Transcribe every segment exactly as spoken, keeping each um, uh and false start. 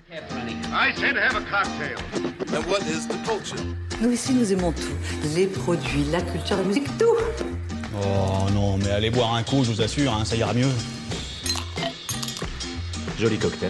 I said have a cocktail. And what is the culture? Nous ici, nous aimons tout. Les produits, la culture, la musique, tout. Oh non, mais allez boire un coup, je vous assure, hein, ça ira mieux. Joli cocktail.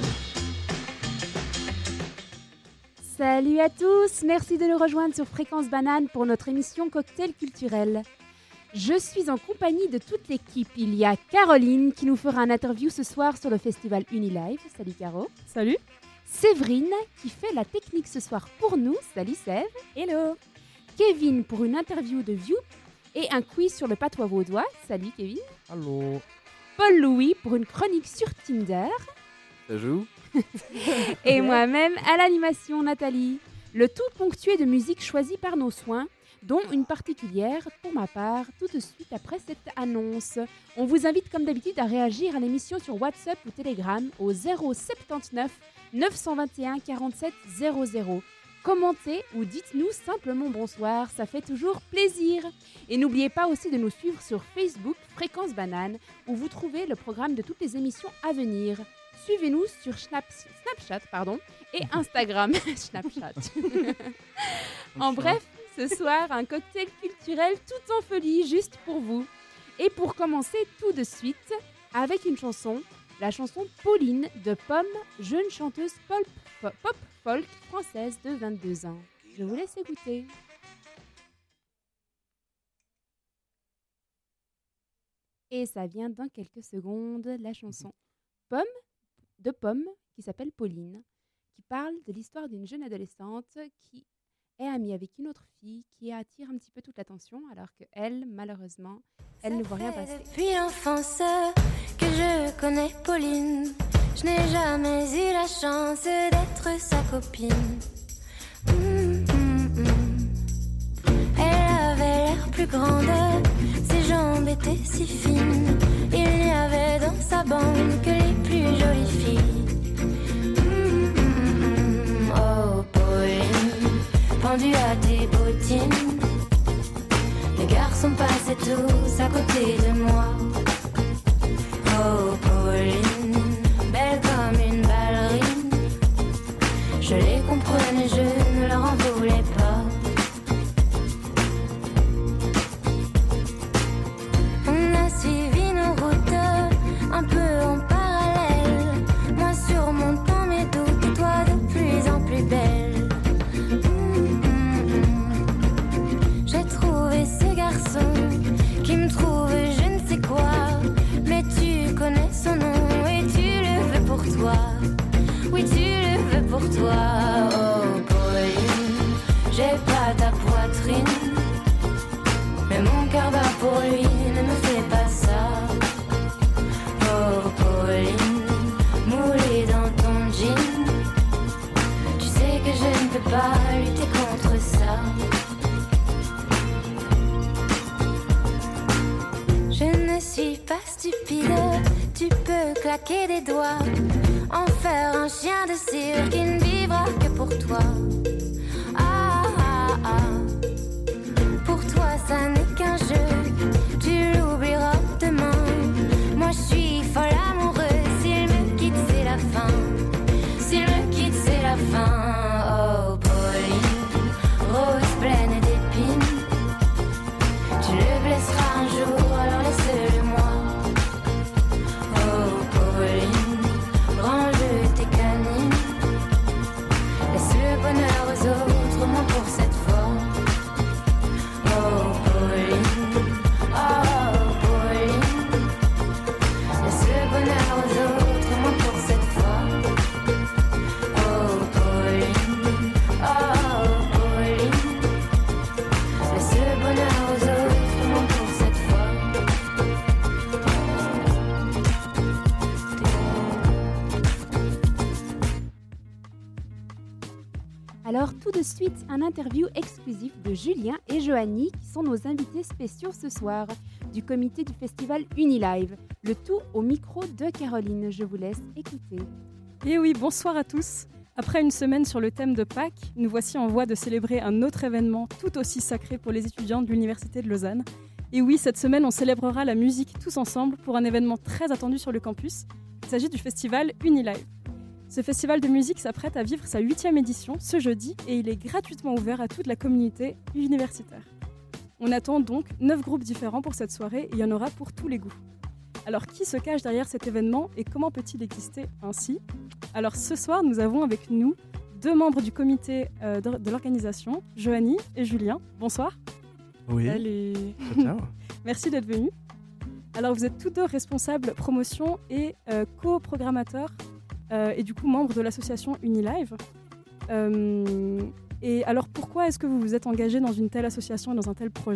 Salut à tous, merci de nous rejoindre sur Fréquence Banane pour notre émission Cocktail Culturel. Je suis en compagnie de toute l'équipe. Il y a Caroline qui nous fera un interview ce soir sur le festival Unilive. Salut Caro. Salut. Séverine qui fait la technique ce soir pour nous. Salut Sève. Hello. Kevin pour une interview de View et un quiz sur le patois vaudois. Salut Kevin. Allô. Paul Louis pour une chronique sur Tinder. Ça joue. Et moi-même à l'animation Nathalie. Le tout ponctué de musique choisie par nos soins, dont une particulière pour ma part tout de suite après cette annonce. On vous invite comme d'habitude à réagir à l'émission sur WhatsApp ou Telegram au zéro soixante-dix-neuf neuf cent vingt et un quarante-sept zéro zéro. Commentez ou dites-nous simplement bonsoir, ça fait toujours plaisir. Et n'oubliez pas aussi de nous suivre sur Facebook Fréquence Banane où vous trouvez le programme de toutes les émissions à venir. Suivez-nous sur Snap, Snapchat pardon, et Instagram. Snapchat. En bref, ce soir, un cocktail culturel tout en folie juste pour vous. Et pour commencer tout de suite, avec une chanson, la chanson Pauline de Pomme, jeune chanteuse pop, pop folk française de vingt-deux ans. Je vous laisse écouter. Et ça vient dans quelques secondes, la chanson Pomme de Pomme, qui s'appelle Pauline, qui parle de l'histoire d'une jeune adolescente qui est amie avec une autre fille qui attire un petit peu toute l'attention, alors qu'elle, malheureusement, elle Ça ne voit rien passer. Depuis l'enfance que je connais Pauline, je n'ai jamais eu la chance d'être sa copine. Mmh, mmh, mmh. Elle avait l'air plus grande, ses jambes étaient si fines. Il n'y avait dans sa bande que les plus jolies filles. Mmh, mmh, mmh. Oh Pauline, pendue à tes bottines, les garçons passaient tous à côté de moi. Oh Pauline, belle comme une ballerine, je les comprenais, je ne leur en voulais pas. On a suivi nos routes un peu en parallèle, moi surmontant mes doutes et toi de plus en plus belle. Mmh, j'ai trouvé ce garçon qui me trouve je ne sais quoi, mais tu connais son nom et tu le veux pour toi. Oui, tu le veux pour toi. Oh Pauline, j'ai pas ta poitrine, mais mon cœur bat pour lui, ne me fais pas ça. Oh Pauline, moulée dans ton jean, tu sais que je ne peux pas lutter contre ça. Je ne suis pas stupide, tu peux claquer des doigts, en faire un chien de cirque qui ne vivra que pour toi. Ah ah ah, pour toi ça n'est qu'un jeu, tu l'oublieras demain. Moi je suis folle amoureuse, s'il me quitte c'est la fin. S'il me quitte c'est la fin. Oh Pauline, rose pleine d'épines, tu le blesseras un jour, alors laisse-le moi. Oh Pauline, range tes canines, laisse le bonheur aux autres, au moins pour cette fois. Oh Pauline, oh Pauline, laisse le bonheur aux autres, au moins pour cette fois. Oh Pauline, oh Pauline, laisse le bonheur aux autres, au moins pour cette fois. Alors tout de suite, un interview exclusif de Julien et Joanie qui sont nos invités spéciaux ce soir du comité du festival Unilive. Le tout au micro de Caroline. Je vous laisse écouter. Et oui, bonsoir à tous. Après une semaine sur le thème de Pâques, nous voici en voie de célébrer un autre événement tout aussi sacré pour les étudiants de l'Université de Lausanne. Et oui, cette semaine, on célébrera la musique tous ensemble pour un événement très attendu sur le campus. Il s'agit du festival Unilive. Ce festival de musique s'apprête à vivre sa huitième édition ce jeudi et il est gratuitement ouvert à toute la communauté universitaire. On attend donc neuf groupes différents pour cette soirée et il y en aura pour tous les goûts. Alors qui se cache derrière cet événement et comment peut-il exister ainsi ? Alors ce soir, nous avons avec nous deux membres du comité euh, de, de l'organisation, Joanie et Julien. Bonsoir. Oui. Salut. Ciao. Merci d'être venus. Alors vous êtes tous deux responsables promotion et euh, co-programmateurs euh, et du coup membres de l'association Unilive. Euh, et alors pourquoi est-ce que vous vous êtes engagés dans une telle association et dans un tel projet ?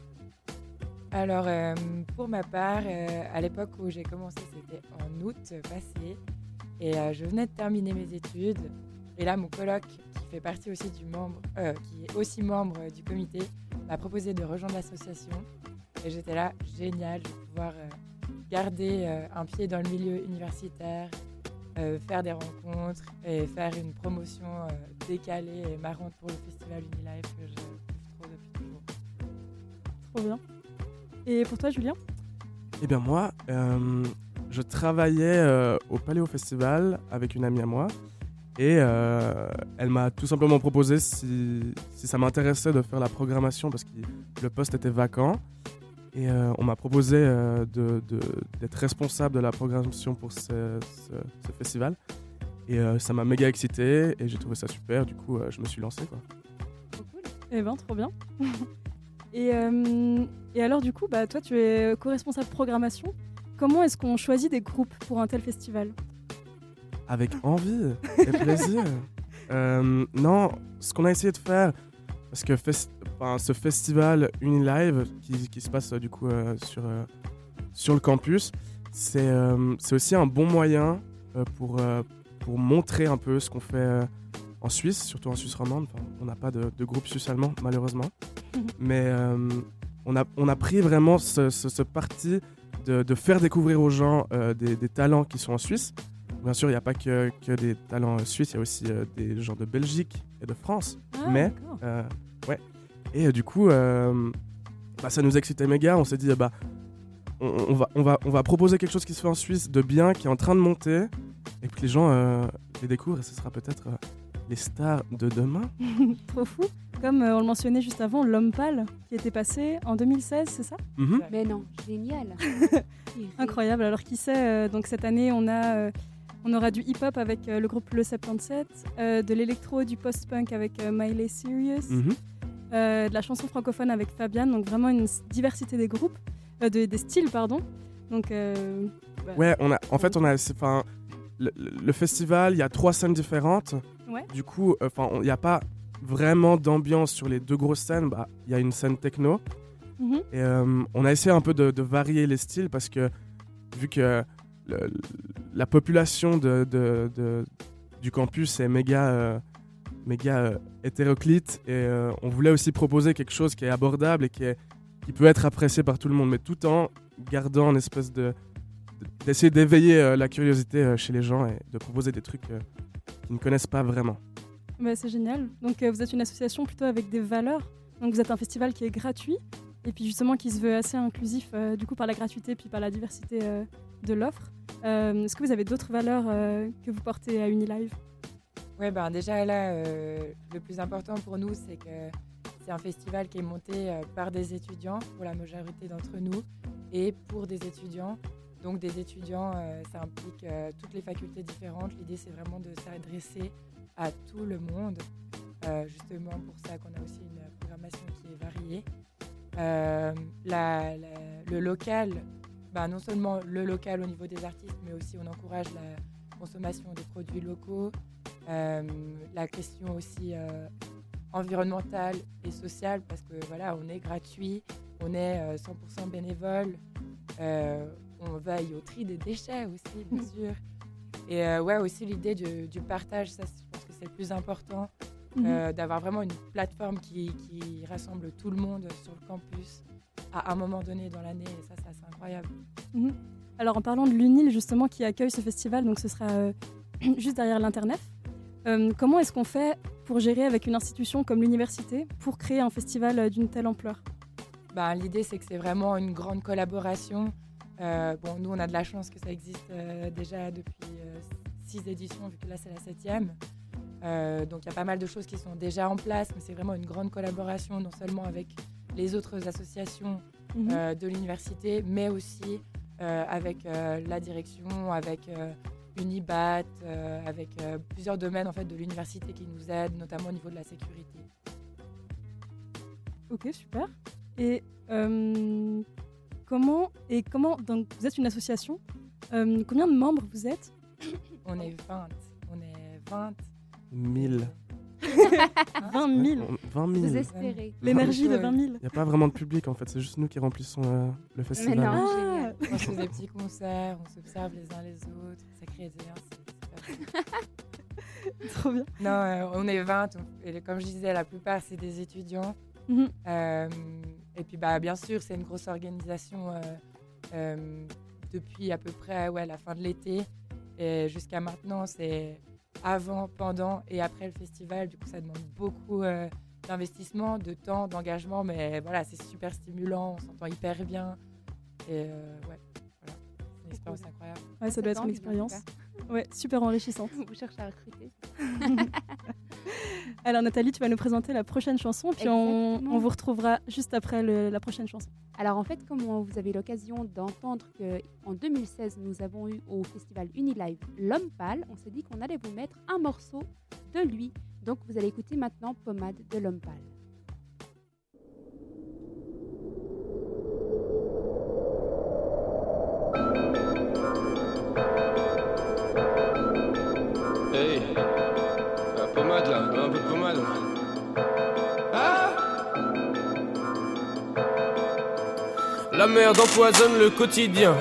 Alors euh, pour ma part, euh, à l'époque où j'ai commencé, c'était en août passé et euh, je venais de terminer mes études. Et là, mon coloc, qui fait partie aussi du membre, euh, qui est aussi membre du comité, m'a proposé de rejoindre l'association. Et j'étais là, génial, je vais pouvoir euh, garder euh, un pied dans le milieu universitaire, euh, faire des rencontres et faire une promotion euh, décalée et marrante pour le festival Unilive que je kiffe trop depuis toujours. Trop bien. Et pour toi, Julien ? Eh bien moi, euh, je travaillais euh, au Paléo Festival avec une amie à moi. Et euh, elle m'a tout simplement proposé si, si ça m'intéressait de faire la programmation parce que le poste était vacant. Et euh, on m'a proposé euh, de, de, d'être responsable de la programmation pour ce, ce, ce festival. Et euh, ça m'a méga excité et j'ai trouvé ça super. Du coup, euh, je me suis lancé, quoi. Trop cool. Eh ben, trop bien. et, euh, et alors, du coup, bah, toi, tu es co-responsable programmation. Comment est-ce qu'on choisit des groupes pour un tel festival ? Avec envie et plaisir. euh, non, ce qu'on a essayé de faire, parce que fest- enfin, ce festival Unilive qui, qui se passe euh, du coup euh, sur, euh, sur le campus, c'est, euh, c'est aussi un bon moyen euh, pour, euh, pour montrer un peu ce qu'on fait euh, en Suisse, surtout en Suisse romande. Enfin, on n'a pas de, de groupe suisse-allemand, malheureusement. Mais euh, on, a, on a pris vraiment ce, ce, ce parti de, de faire découvrir aux gens euh, des, des talents qui sont en Suisse. Bien sûr, il n'y a pas que, que des talents suisses, il y a aussi euh, des gens de Belgique et de France. Ah, Mais, euh, ouais. Et euh, du coup, euh, bah, ça nous excitait méga. On s'est dit, bah, on, on, va, on, va, on va proposer quelque chose qui se fait en Suisse de bien, qui est en train de monter, et que les gens euh, les découvrent, et ce sera peut-être euh, les stars de demain. Trop fou. Comme euh, on le mentionnait juste avant, L'Homme Pâle, qui était passé en deux mille seize, c'est ça ? Mm-hmm. Mais non, génial. Incroyable. Alors qui sait, euh, donc cette année, on a... Euh, On aura du hip-hop avec euh, le groupe Le soixante-dix-sept, euh, de l'électro, du post-punk avec euh, Miley Cyrus, Mm-hmm. euh, de la chanson francophone avec Fabian, donc vraiment une s- diversité des groupes, euh, de, des styles, pardon. Donc, euh, bah, Ouais, on a, en fait, on a, enfin, le, le festival, il y a trois scènes différentes. Ouais. Du coup, enfin, il n'y a pas vraiment d'ambiance sur les deux grosses scènes. Bah, il y a une scène techno. mm-hmm. Et euh, on a essayé un peu de, de varier les styles parce que vu que le, la population de, de, de, du campus est méga, euh, méga euh, hétéroclite et euh, on voulait aussi proposer quelque chose qui est abordable et qui, est, qui peut être apprécié par tout le monde, mais tout en gardant une espèce de, de d'essayer d'éveiller euh, la curiosité euh, chez les gens et de proposer des trucs euh, qu'ils ne connaissent pas vraiment. Bah, c'est génial. Donc euh, vous êtes une association plutôt avec des valeurs. Donc vous êtes un festival qui est gratuit et puis justement qui se veut assez inclusif euh, du coup par la gratuité puis par la diversité euh, de l'offre. Euh, est-ce que vous avez d'autres valeurs euh, que vous portez à Unilive ? Ouais, ben déjà là, euh, le plus important pour nous, c'est que c'est un festival qui est monté euh, par des étudiants, pour la majorité d'entre nous, et pour des étudiants. Donc des étudiants, euh, ça implique euh, toutes les facultés différentes. L'idée, c'est vraiment de s'adresser à tout le monde. Euh, justement pour ça qu'on a aussi une programmation qui est variée. Euh, la, la, le local, ben non seulement le local au niveau des artistes, mais aussi on encourage la consommation des produits locaux, euh, la question aussi euh, environnementale et sociale, parce que voilà, on est gratuit, on est euh, cent pour cent bénévole, euh, on veille au tri des déchets aussi, bien sûr. Et euh, ouais, aussi l'idée du, du partage, ça, je pense que c'est le plus important, mmh. euh, d'avoir vraiment une plateforme qui, qui rassemble tout le monde sur le campus à un moment donné dans l'année, et ça, ça c'est incroyable. Mmh. Alors en parlant de l'UNIL justement qui accueille ce festival, donc ce sera euh, juste derrière l'Internef, euh, comment est-ce qu'on fait pour gérer avec une institution comme l'université pour créer un festival euh, d'une telle ampleur ? Ben, l'idée c'est que c'est vraiment une grande collaboration. Euh, bon, nous on a de la chance que ça existe euh, déjà depuis six éditions, vu que là c'est la septième. Euh, donc il y a pas mal de choses qui sont déjà en place, mais c'est vraiment une grande collaboration, non seulement avec les autres associations mmh. euh, de l'université, mais aussi euh, avec euh, la direction, avec euh, Unibat, euh, avec euh, plusieurs domaines en fait, de l'université qui nous aident, notamment au niveau de la sécurité. Ok, super. Et euh, comment, et comment donc, vous êtes une association, euh, combien de membres vous êtes? On est vingt. On est vingt. mille. vingt mille. vingt mille. Vous espérez. L'énergie de vingt mille. Il n'y a pas vraiment de public en fait, c'est juste nous qui remplissons euh, le festival. Mais non, Ah. génial. On fait des petits concerts, on s'observe les uns les autres, ça crée des liens, c'est super cool. Trop bien. Non, euh, on est vingt, on- et comme je disais, la plupart c'est des étudiants. Mhm. Euh, et puis bah, bien sûr, c'est une grosse organisation euh, euh, depuis à peu près ouais, la fin de l'été. Et jusqu'à maintenant, c'est avant, pendant et après le festival. Du coup, ça demande beaucoup euh, d'investissement, de temps, d'engagement. Mais voilà, c'est super stimulant, on s'entend hyper bien. Et euh, ouais, voilà, c'est une expérience incroyable. Ouais, ça doit être une expérience. Ouais, super enrichissante. Vous cherchez à recruter. Alors Nathalie, tu vas nous présenter la prochaine chanson, puis on, Exactement. on vous retrouvera juste après le- la prochaine chanson. Alors en fait, comme on- vous avez l'occasion d'entendre qu'en deux mille seize, nous avons eu au festival Unilive L'Homme Pâle, on s'est dit qu'on allait vous mettre un morceau de lui. Donc vous allez écouter maintenant Pommade de L'Homme Pâle. Hey, la pommade là, un peu de pommade. Ah, la merde empoisonne le quotidien.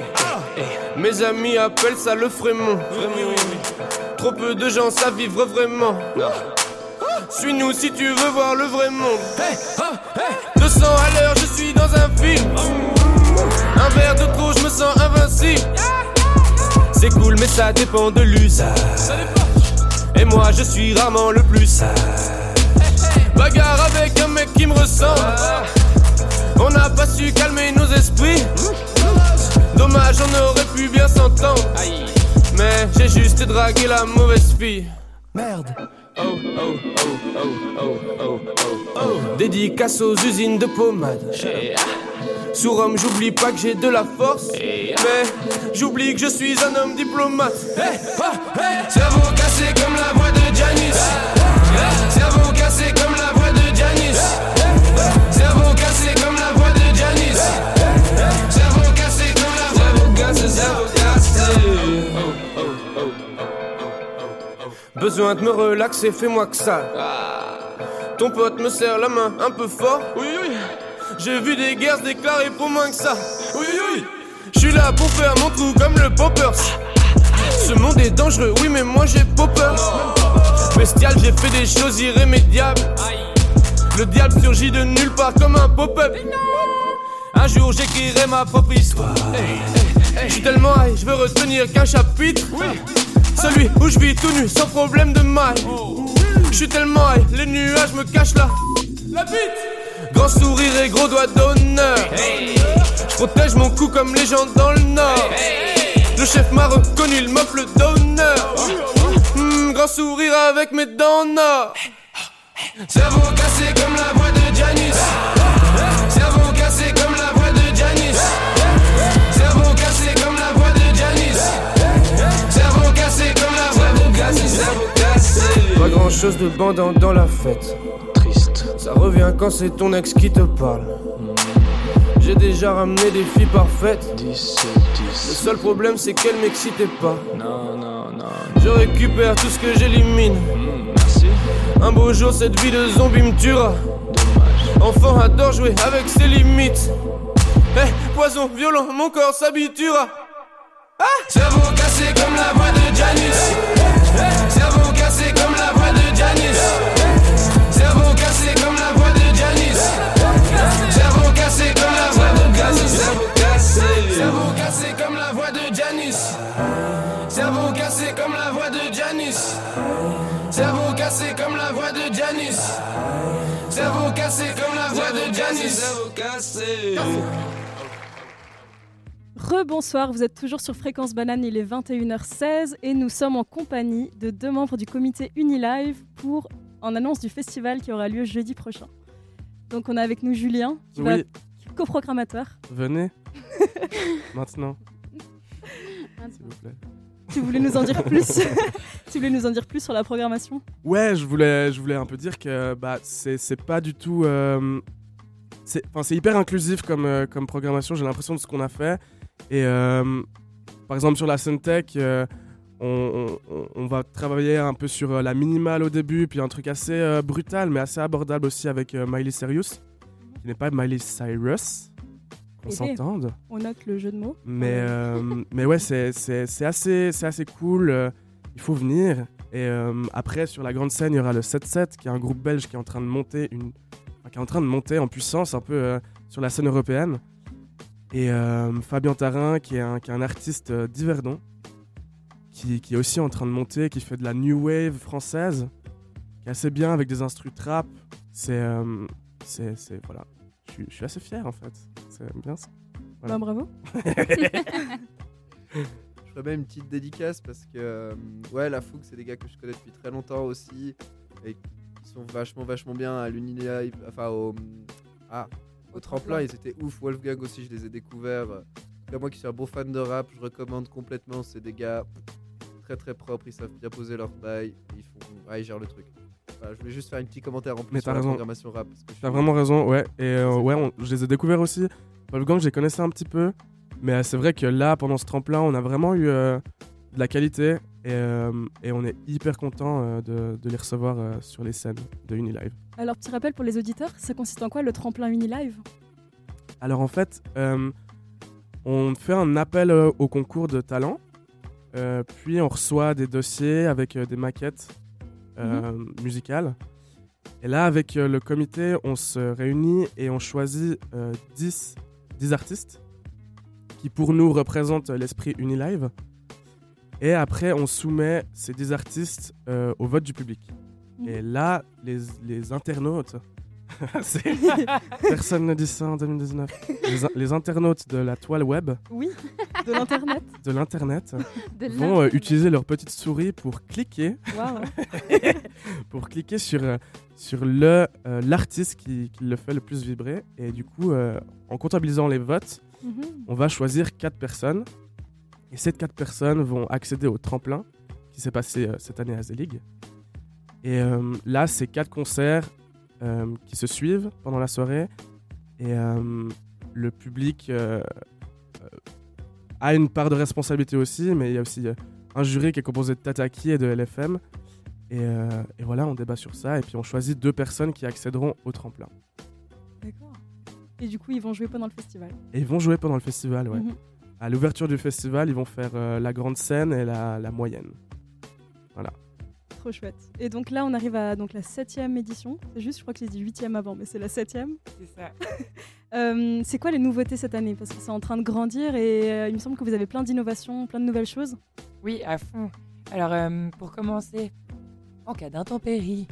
Mes amis appellent ça le frémont. Trop peu de gens savent vivre vraiment. Suis-nous si tu veux voir le vrai monde. deux cents à l'heure, je suis dans un film. Un verre de trop, je me sens invincible. C'est cool mais ça dépend de l'usage. Et moi je suis rarement le plus sage. Bagarre avec un mec qui me ressemble. On n'a pas su calmer nos esprits. Dommage, on aurait pu bien s'entendre. Mais j'ai juste dragué la mauvaise fille. Merde. Oh oh oh oh oh oh oh oh. Dédicace aux usines de pommade. Sous Rome, j'oublie pas que j'ai de la force. Mais j'oublie que je suis un homme diplomate. Cerveau cassé comme la voix de Janis. Cerveau cassé comme la voix de Janis. Cerveau cassé comme la voix de Janis. Cerveau cassé comme la voix de Janis. Cerveau cassé. Oh, oh, oh, oh, oh. Besoin de me relaxer, fais-moi que ça. Ton pote me serre la main un peu fort. Oui, oui. J'ai vu des guerres se déclarer pour moins que ça. Oui, oui. J'suis là pour faire mon trou comme le Poppers. Ce monde est dangereux, oui, mais moi j'ai pas peur. Bestial, j'ai fait des choses irrémédiables. Le diable surgit de nulle part comme un pop-up. Un jour j'écrirai ma propre histoire. J'suis tellement high, j'veux retenir qu'un chapitre. Celui où je vis tout nu, sans problème de maille. J'suis tellement high, les nuages me cachent là. La bite. Grand sourire et gros doigt d'honneur. Je protège mon cou comme les gens dans le nord. Le chef m'a reconnu, il m'offre le d'honneur. Mmh, grand sourire avec mes dents en or. Cerveau cassé comme la voix de Janis. Cerveau cassé comme la voix de Janis. Cerveau cassé comme la voix de Janis. Cerveau cassé comme la voix de Janis. Cerveau cassé. Pas grand chose de bandant dans la fête. Ça revient quand c'est ton ex qui te parle. J'ai déjà ramené des filles parfaites. Le seul problème c'est qu'elles m'excitaient pas. Non, non, non. Je récupère tout ce que j'élimine. Merci. Un beau jour cette vie de zombie me tuera. Enfant adore jouer avec ses limites. Eh, hey, poison violent, mon corps s'habituera. Ah, cerveau cassé comme la voix de Janis. Cerveau cassé comme la voix de Janis. Cerveau cassé comme la voix de Janis. Cerveau cassé comme la voix de Janis. Cerveau cassé. Cerveau cassé comme la voix de Janis. Cerveau cassé comme la voix de Janis. Cerveau cassé comme la voix de Janis. Cerveau cassé comme la voix de Janis. Cerveau cassé. Rebonsoir, vous êtes toujours sur Fréquence Banane, il est vingt et une heures seize et nous sommes en compagnie de deux membres du comité Unilive pour en annonce du festival qui aura lieu jeudi prochain. Donc on a avec nous Julien, qui Oui. va coprogrammateur. Venez. Maintenant. S'il vous plaît. Si vous voulez nous en dire plus, si vous voulez nous en dire plus sur la programmation. Ouais, je voulais, je voulais un peu dire que bah, c'est, c'est pas du tout. Euh, c'est, enfin, c'est hyper inclusif comme, euh, comme programmation, j'ai l'impression de ce qu'on a fait. Et euh, par exemple, sur la scène tech, euh, on, on, on va travailler un peu sur euh, la minimale au début, puis un truc assez euh, brutal, mais assez abordable aussi avec euh, Miley Cyrus, qui n'est pas Miley Cyrus. On Et s'entende. On note le jeu de mots. Mais, euh, mais ouais, c'est, c'est, c'est, assez, c'est assez cool. euh, il faut venir. Et euh, après, sur la grande scène, il y aura le sept sept, qui est un groupe belge qui est en train de monter, une, enfin, qui est en, train de monter en puissance un peu euh, sur la scène européenne. Et euh, Fabien Tarin, qui est un, qui est un artiste euh, d'Yverdon, qui, qui est aussi en train de monter, qui fait de la new wave française, qui est assez bien avec des instrus trap. C'est, euh, c'est, c'est voilà. Je suis, je suis assez fier en fait. C'est bien ça. Voilà. Bah, bravo. Je ferais même une petite dédicace parce que euh, ouais, la Fougue, c'est des gars que je connais depuis très longtemps aussi et qui sont vachement vachement bien à l'Unilive, enfin au ah au tremplin, ils étaient ouf. Wolfgang aussi, je les ai découverts. Comme moi qui suis un bon fan de rap, je recommande complètement. C'est des gars très très propres, ils savent bien poser leur bail, et ils font, ah, ils gèrent le truc. Voilà, je voulais juste faire un petit commentaire en plus Mais sur t'as la raison. programmation rap. Parce que je T'as suis- vraiment raison, ouais. Et euh, ouais, on- je les ai découverts aussi. Wolfgang, je les connaissais un petit peu. Mais euh, c'est vrai que là, pendant ce tremplin, on a vraiment eu euh, de la qualité. Et, euh, et on est hyper content euh, de, de les recevoir euh, sur les scènes de Unilive. Alors, petit rappel pour les auditeurs, ça consiste en quoi le tremplin Unilive? Alors en fait, euh, on fait un appel euh, au concours de talent. Euh, puis on reçoit des dossiers avec euh, des maquettes euh, musicales. Et là, avec euh, le comité, on se réunit et on choisit euh, dix, dix artistes qui, pour nous, représentent l'esprit Unilive. Et après, on soumet ces dix artistes euh, au vote du public. Mhm. Et là, les, les internautes... c'est- Personne ne dit ça en deux mille dix-neuf. Les, in- les internautes de la toile web, Oui, de l'internet. de l'internet, De vont euh, l'internet. utiliser leur petite souris pour cliquer, Waouh. pour cliquer sur, euh, sur le, euh, l'artiste qui, qui le fait le plus vibrer. Et du coup, euh, en comptabilisant les votes, Mhm. on va choisir quatre personnes. Et ces quatre personnes vont accéder au tremplin qui s'est passé euh, cette année à Zelig. Et euh, là, c'est quatre concerts euh, qui se suivent pendant la soirée. Et euh, le public euh, euh, a une part de responsabilité aussi, mais il y a aussi euh, un jury qui est composé de Tataki et de L F M. Et, euh, et voilà, on débat sur ça. Et puis on choisit deux personnes qui accéderont au tremplin. D'accord. Et du coup, ils vont jouer pendant le festival. Et ils vont jouer pendant le festival, ouais. Mhm. À l'ouverture du festival, ils vont faire euh, la grande scène et la, la moyenne. Voilà. Trop chouette. Et donc là, on arrive à donc, la septième édition. C'est juste, je crois que j'ai dit huitième avant, mais c'est la septième. C'est ça. Euh, c'est quoi les nouveautés cette année? Parce que c'est en train de grandir et euh, il me semble que vous avez plein d'innovations, plein de nouvelles choses. Oui, à fond. Alors, euh, pour commencer, en cas d'intempérie,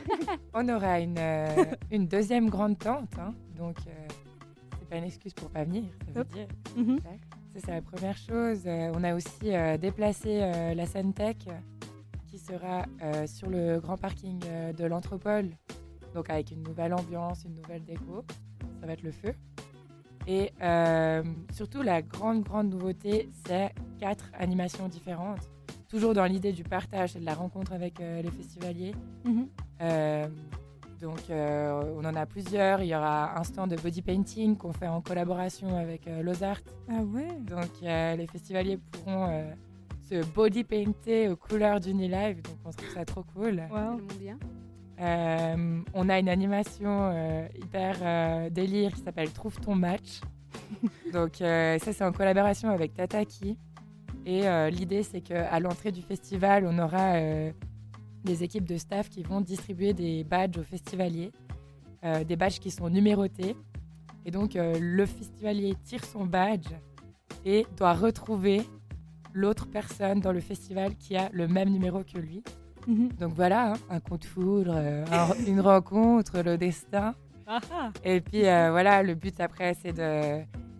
on aura une, euh, une deuxième grande tente. Hein. Donc, euh, c'est pas une excuse pour pas venir, ça veut Hop. dire. Mhm. Ça, c'est la première chose. Euh, on a aussi euh, déplacé euh, la scène tech qui sera euh, sur le grand parking euh, de l'Anthropole. Donc, avec une nouvelle ambiance, une nouvelle déco. Ça va être le feu. Et euh, surtout, la grande, grande nouveauté, c'est quatre animations différentes. Toujours dans l'idée du partage et de la rencontre avec euh, les festivaliers. Mhm. Euh, donc, euh, on en a plusieurs. Il y aura un stand de body painting qu'on fait en collaboration avec euh, Lozart. Ah ouais. Donc, euh, les festivaliers pourront euh, se body painter aux couleurs d'Unilive. Donc, on trouve ça trop cool. Wow. Tellement bien. Euh, on a une animation euh, hyper euh, délire qui s'appelle Trouve ton match. Donc euh, ça c'est en collaboration avec Tataki. Et euh, l'idée c'est qu'à l'entrée du festival, on aura euh, des équipes de staff qui vont distribuer des badges aux festivaliers. Euh, des badges qui sont numérotés. Et donc euh, le festivalier tire son badge et doit retrouver l'autre personne dans le festival qui a le même numéro que lui. Mhm. Donc voilà, hein, un coup de foudre, euh, un- une rencontre, le destin. Ah ah. Et puis euh, voilà, le but après, c'est de,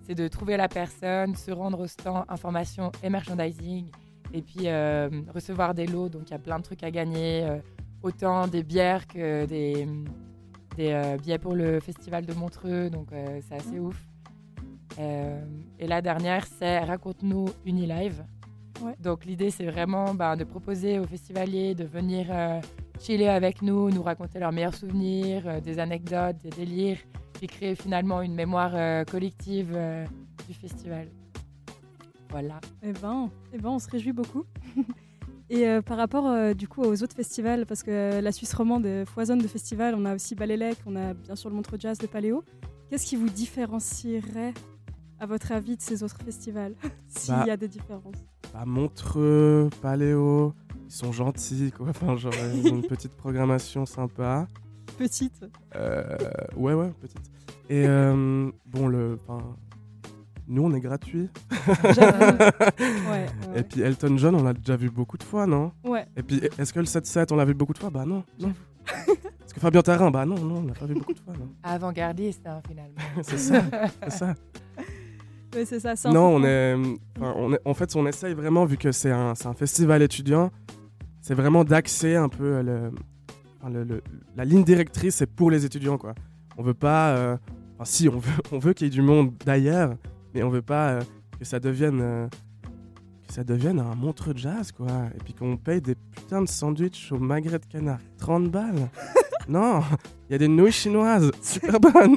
c'est de trouver la personne, se rendre au stand, information et merchandising, et puis euh, recevoir des lots. Donc il y a plein de trucs à gagner, euh, autant des bières que des, des euh, billets pour le festival de Montreux, donc euh, c'est assez mmh. ouf. Euh, et la dernière, c'est Raconte-nous Unilive. Ouais. Donc l'idée, c'est vraiment bah, de proposer aux festivaliers de venir euh, chiller avec nous, nous raconter leurs meilleurs souvenirs, euh, des anecdotes, des délires, puis créer finalement une mémoire euh, collective euh, du festival. Voilà. Eh ben, eh ben, on se réjouit beaucoup. Et euh, par rapport euh, du coup aux autres festivals, parce que la Suisse romande foisonne de festivals, on a aussi Balélec, on a bien sûr le Montreux Jazz, le Paléo. Qu'est-ce qui vous différencierait, à votre avis, de ces autres festivals, s'il bah, y a des différences? Bah, Montreux, Paléo, ils sont gentils, quoi. Enfin, genre, ils ont une petite programmation sympa. Petite euh, Ouais, ouais, petite. Et euh, bon, le, nous, on est gratuits. J'avoue. Ouais, ouais. Et puis Elton John, on l'a déjà vu beaucoup de fois, non? Ouais. Et puis, est-ce que le sept sept, on l'a vu beaucoup de fois? Bah non, non. Est-ce que Fabien Tarin? Bah non, non, on l'a pas vu beaucoup de fois. Non. Avant-gardiste, hein, finalement. c'est ça, c'est ça. Oui, c'est ça. C'est non, on est, on est, en fait, on essaye vraiment, vu que c'est un, c'est un festival étudiant, c'est vraiment d'axer un peu le, le, le, la ligne directrice, c'est pour les étudiants, quoi. On veut pas, euh, enfin si, on veut, on veut qu'il y ait du monde d'ailleurs, mais on veut pas euh, que ça devienne, euh, que ça devienne un Montreux Jazz, quoi. Et puis qu'on paye des putains de sandwichs au magret de canard, trente balles. Non, il y a des nouilles chinoises, super bonnes.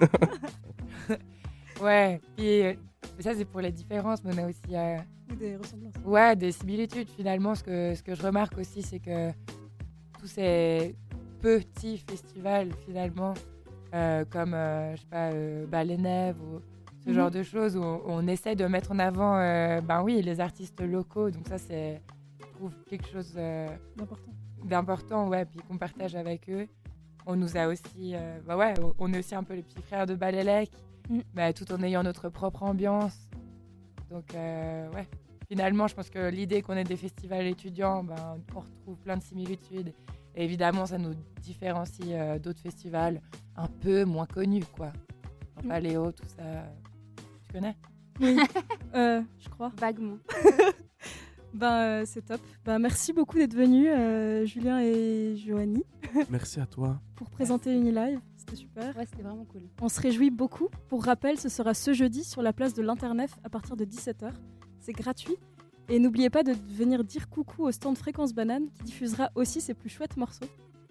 Ouais, et ça c'est pour les différences, mais on a aussi euh, des ressemblances. Ouais, des similitudes finalement. Ce que, ce que je remarque aussi, c'est que tous ces petits festivals finalement, euh, comme euh, je sais pas, euh, bah, les Nèves ou ce mm-hmm. genre de choses, où on, on essaie de mettre en avant, euh, ben oui, les artistes locaux. Donc ça, c'est, je trouve quelque chose euh, d'important. D'important, ouais, puis qu'on partage avec eux. On nous a aussi, euh, bah ouais, on est aussi un peu les petits frères de Balélec. Mm. Bah, tout en ayant notre propre ambiance. Donc, euh, ouais. Finalement, je pense que l'idée qu'on ait des festivals étudiants, ben, on retrouve plein de similitudes. Et évidemment, ça nous différencie euh, d'autres festivals un peu moins connus, quoi. Un mm. Paléo, tout ça. Tu connais? Oui, euh, je crois. Vaguement. Ben, euh, c'est top. Ben, merci beaucoup d'être venus, euh, Julien et Joanie. Merci à toi. Pour présenter Unilive. C'était super. Ouais, c'était vraiment cool. On se réjouit beaucoup. Pour rappel, ce sera ce jeudi sur la place de l'Internef à partir de dix-sept heures. C'est gratuit. Et n'oubliez pas de venir dire coucou au stand Fréquence Banane qui diffusera aussi ses plus chouettes morceaux.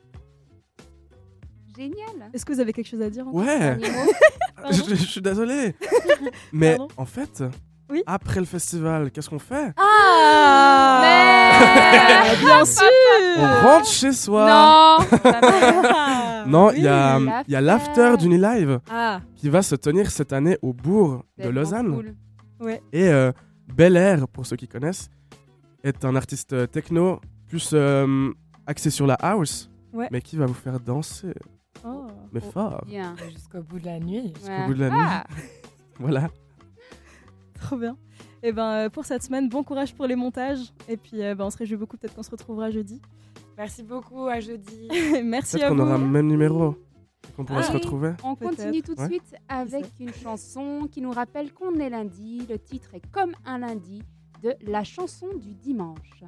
Génial. Est-ce que vous avez quelque chose à dire encore? Ouais. je, je suis désolé. Mais Pardon en fait, oui après le festival, qu'est-ce qu'on fait? Ah Mais bien sûr. On rentre chez soi. Non. Non, il oui, y a, y a l'after d'Unilive ah. qui va se tenir cette année au bourg C'est de Lausanne. Cool. Ouais. Et euh, Bel Air, pour ceux qui connaissent, est un artiste techno plus euh, axé sur la house, ouais. mais qui va vous faire danser. Oh. Mais Oh, fort. Bien. Jusqu'au bout de la nuit. Jusqu'au Ouais. bout de la Ah. nuit. Voilà. Trop bien. Et ben euh, pour cette semaine, bon courage pour les montages. Et puis euh, ben, on se réjouit beaucoup, peut-être qu'on se retrouvera jeudi. Merci beaucoup, à jeudi. Merci Peut-être à qu'on vous. aura le même numéro. Et qu'on pourra Ah se oui. retrouver. On Peut-être. continue tout de Ouais. suite avec une chanson qui nous rappelle qu'on est lundi. Le titre est Comme un lundi de La chanson du dimanche.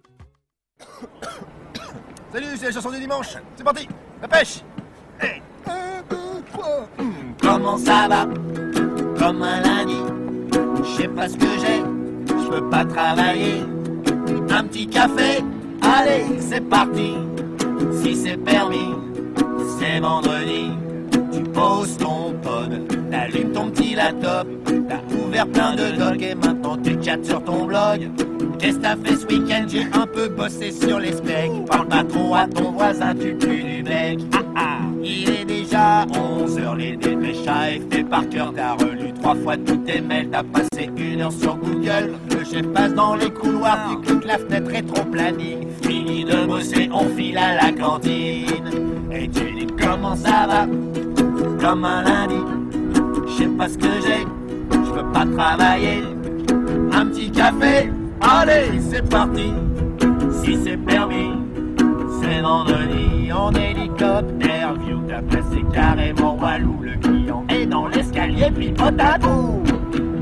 Salut, c'est la chanson du dimanche. C'est parti, la pêche. Hey. Un, deux, trois. Comment ça va? Comme un lundi. Je sais pas ce que j'ai, je peux pas travailler. Un petit café, allez, c'est parti. Si c'est permis, c'est vendredi. Tu poses ton pod, t'allumes ton petit laptop. T'as ouvert plein de docs et maintenant tu chattes sur ton blog. Qu'est-ce que t'as fait ce week-end? J'ai un peu bossé sur les specs. Parle pas trop à ton voisin, tu pues du bec. Ah ah, il est déjà onze heures, les dépêches à fait par cœur. T'as relu trois fois tous tes mails, t'as passé une heure sur Google. Le chef passe dans les couloirs, tu cliques la fenêtre rétro-planning. Fini de bosser, on file à la cantine. Et tu dis comment ça va? Comme un lundi. Je sais pas ce que j'ai, je peux pas travailler. Un petit café, allez, c'est parti. Si c'est permis, c'est vendredi. En hélicoptère, view, t'as passé carrément Walou. Le client est dans l'escalier, puis pote à bout.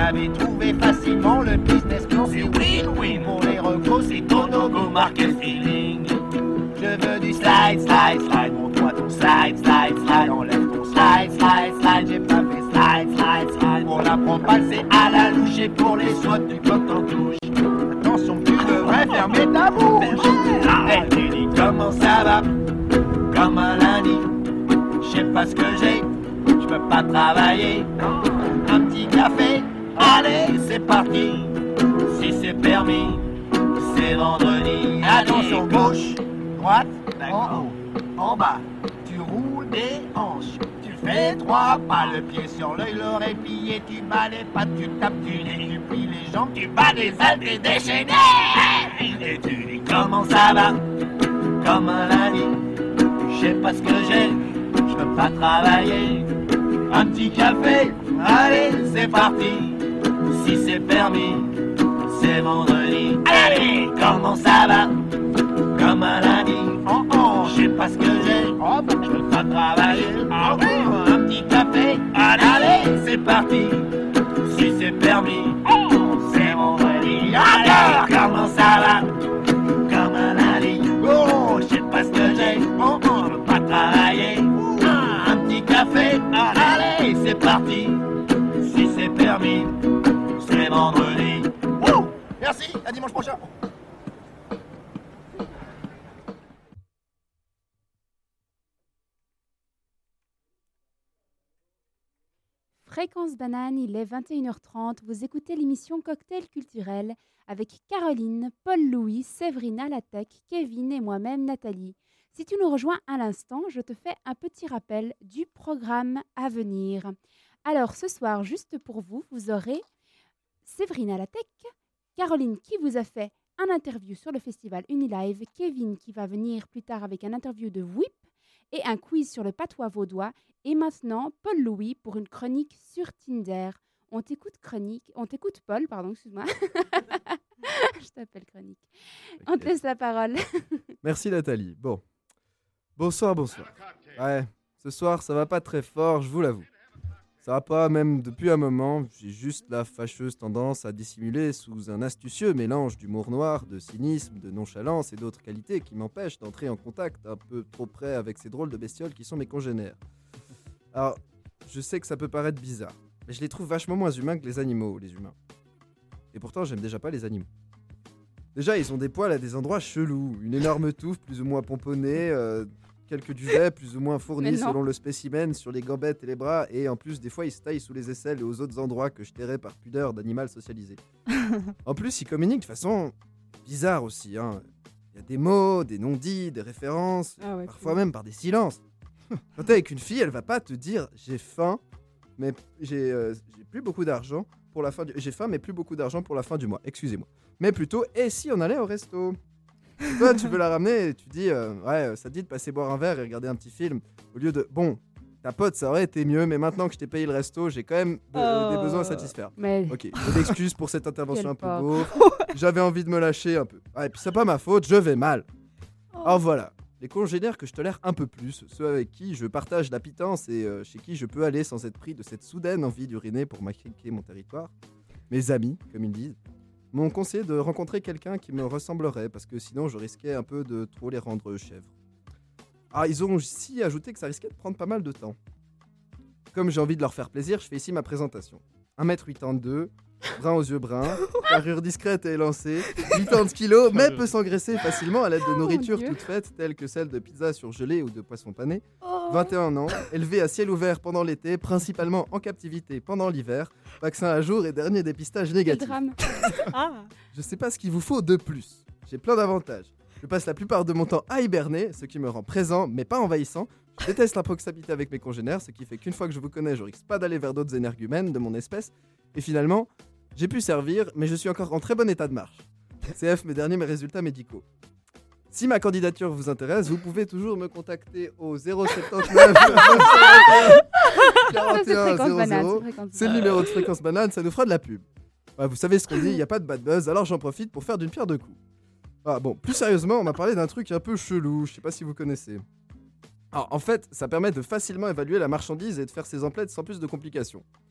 avez trouvé facilement le business plan. C'est win-win. Pour les recos, c'est ton logo, marqué feeling. Je veux du slide, slide, slide. Montre-moi ton slide, slide, slide. Enlève ton slide, slide, slide. J'ai pas fait slide, slide, slide. Pour la propale, c'est à la louche. Et pour les sauts, tu bloques en touche. Attention, tu devrais fermer ta bouche. Elle tu dis comment ça va, comme un lundi. Je sais pas ce que j'ai, je peux pas travailler. Un petit café, allez, c'est parti. Si c'est permis, c'est vendredi. Attention, gauche, droite, en haut, en bas. Tu roules des hanches, tu fais trois pas. Le pied sur l'œil, l'oreille pliée. Tu bats les pattes, tu tapes du nez. Tu plies les jambes, tu bats des ailes, t'es déchaîné. Et tu dis comment ça va, comme un lundi. Je sais pas ce que j'ai, je peux pas travailler. Un petit café, allez, c'est parti. Si c'est permis, c'est vendredi. Allez, comment ça va, comme un lundi. Oh oh, je sais pas ce que j'ai, oh, je peux pas travailler. Ah oui, un petit café, allez, c'est parti. Si c'est permis, oh, c'est vendredi. Alors, comment ça va, comme un lundi. Oh, je sais pas ce que j'ai, oh oh, je peux pas travailler. Un petit café, allez, c'est parti. Si c'est permis, c'est vendredi. Wouh! Merci, à dimanche prochain. Fréquence Banane, il est vingt et une heures trente. Vous écoutez l'émission Cocktail culturel avec Caroline, Paul-Louis, Séverina Latec, Kevin et moi-même Nathalie. Si tu nous rejoins à l'instant, je te fais un petit rappel du programme à venir. Alors ce soir, juste pour vous, vous aurez Séverina Latec, Caroline qui vous a fait un interview sur le festival Unilive, Kevin qui va venir plus tard avec un interview de W I P et un quiz sur le patois vaudois. Et maintenant, Paul-Louis pour une chronique sur Tinder. On t'écoute chronique, on t'écoute Paul, pardon, excuse-moi. Je t'appelle chronique. Okay. On te laisse la parole. Merci Nathalie. Bon, bonsoir, bonsoir. Ouais, ce soir ça va pas très fort, je vous l'avoue. Ça va pas, même depuis un moment. J'ai juste la fâcheuse tendance à dissimuler sous un astucieux mélange d'humour noir, de cynisme, de nonchalance et d'autres qualités qui m'empêchent d'entrer en contact un peu trop près avec ces drôles de bestioles qui sont mes congénères. Alors, je sais que ça peut paraître bizarre, mais je les trouve vachement moins humains que les animaux, les humains. Et pourtant, j'aime déjà pas les animaux. Déjà, ils ont des poils à des endroits chelous, une énorme touffe plus ou moins pomponnée, euh, quelques duvets plus ou moins fournis selon le spécimen sur les gambettes et les bras, et en plus, des fois, ils se taillent sous les aisselles et aux autres endroits que je tairais par pudeur d'animal socialisé. En plus, ils communiquent de façon bizarre aussi, hein. Il y a des mots, des non-dits, des références, ah ouais, parfois cool. Même par des silences. Quand t'es avec une fille, elle va pas te dire j'ai faim, mais j'ai, euh, j'ai plus beaucoup d'argent pour la fin du... j'ai faim mais plus beaucoup d'argent pour la fin du mois. Excusez-moi. Mais plutôt et si on allait au resto. Et toi, tu veux la ramener et tu dis euh, ouais, ça te dit de passer boire un verre et regarder un petit film au lieu de bon, ta pote ça aurait été mieux, mais maintenant que je t'ai payé le resto, j'ai quand même be- oh. des besoins à satisfaire. Mais... Ok, je m'excuse pour cette intervention un peu beauf. J'avais envie de me lâcher un peu. Ouais, et puis c'est pas ma faute, je vais mal. Oh. Alors voilà. Les congénères que je tolère un peu plus, ceux avec qui je partage la pitance et euh, chez qui je peux aller sans être pris de cette soudaine envie d'uriner pour marquer mon territoire, mes amis, comme ils disent, m'ont conseillé de rencontrer quelqu'un qui me ressemblerait, parce que sinon je risquais un peu de trop les rendre chèvres. Ah, ils ont aussi ajouté que ça risquait de prendre pas mal de temps. Comme j'ai envie de leur faire plaisir, je fais ici ma présentation. un mètre quatre-vingt-deux, brun aux yeux bruns, carrure discrète et élancée, quatre-vingt-dix kilos, mais peut s'engraisser facilement à l'aide de nourriture toute faite, telle que celle de pizza surgelée ou de poisson pané. Oh. vingt et un ans, élevé à ciel ouvert pendant l'été, principalement en captivité pendant l'hiver, vaccin à jour et dernier dépistage négatif. Ah. Je sais pas ce qu'il vous faut de plus. J'ai plein d'avantages. Je passe la plupart de mon temps à hiberner, ce qui me rend présent, mais pas envahissant. Je déteste la proximité avec mes congénères, ce qui fait qu'une fois que je vous connais, je risque pas d'aller vers d'autres énergumènes de mon espèce. Et finalement, j'ai pu servir, mais je suis encore en très bon état de marche. C F, mes derniers mes résultats médicaux. Si ma candidature vous intéresse, vous pouvez toujours me contacter au zéro sept neuf quarante et un zéro zéro. C'est le numéro de Fréquence Banane, ça nous fera de la pub. Ouais, vous savez ce qu'on dit, il n'y a pas de bad buzz, alors j'en profite pour faire d'une pierre deux coups. Ah, bon, plus sérieusement, on m'a parlé d'un truc un peu chelou, je sais pas si vous connaissez. Alors, en fait, ça permet de facilement évaluer la marchandise et de faire ses emplettes sans plus de complications.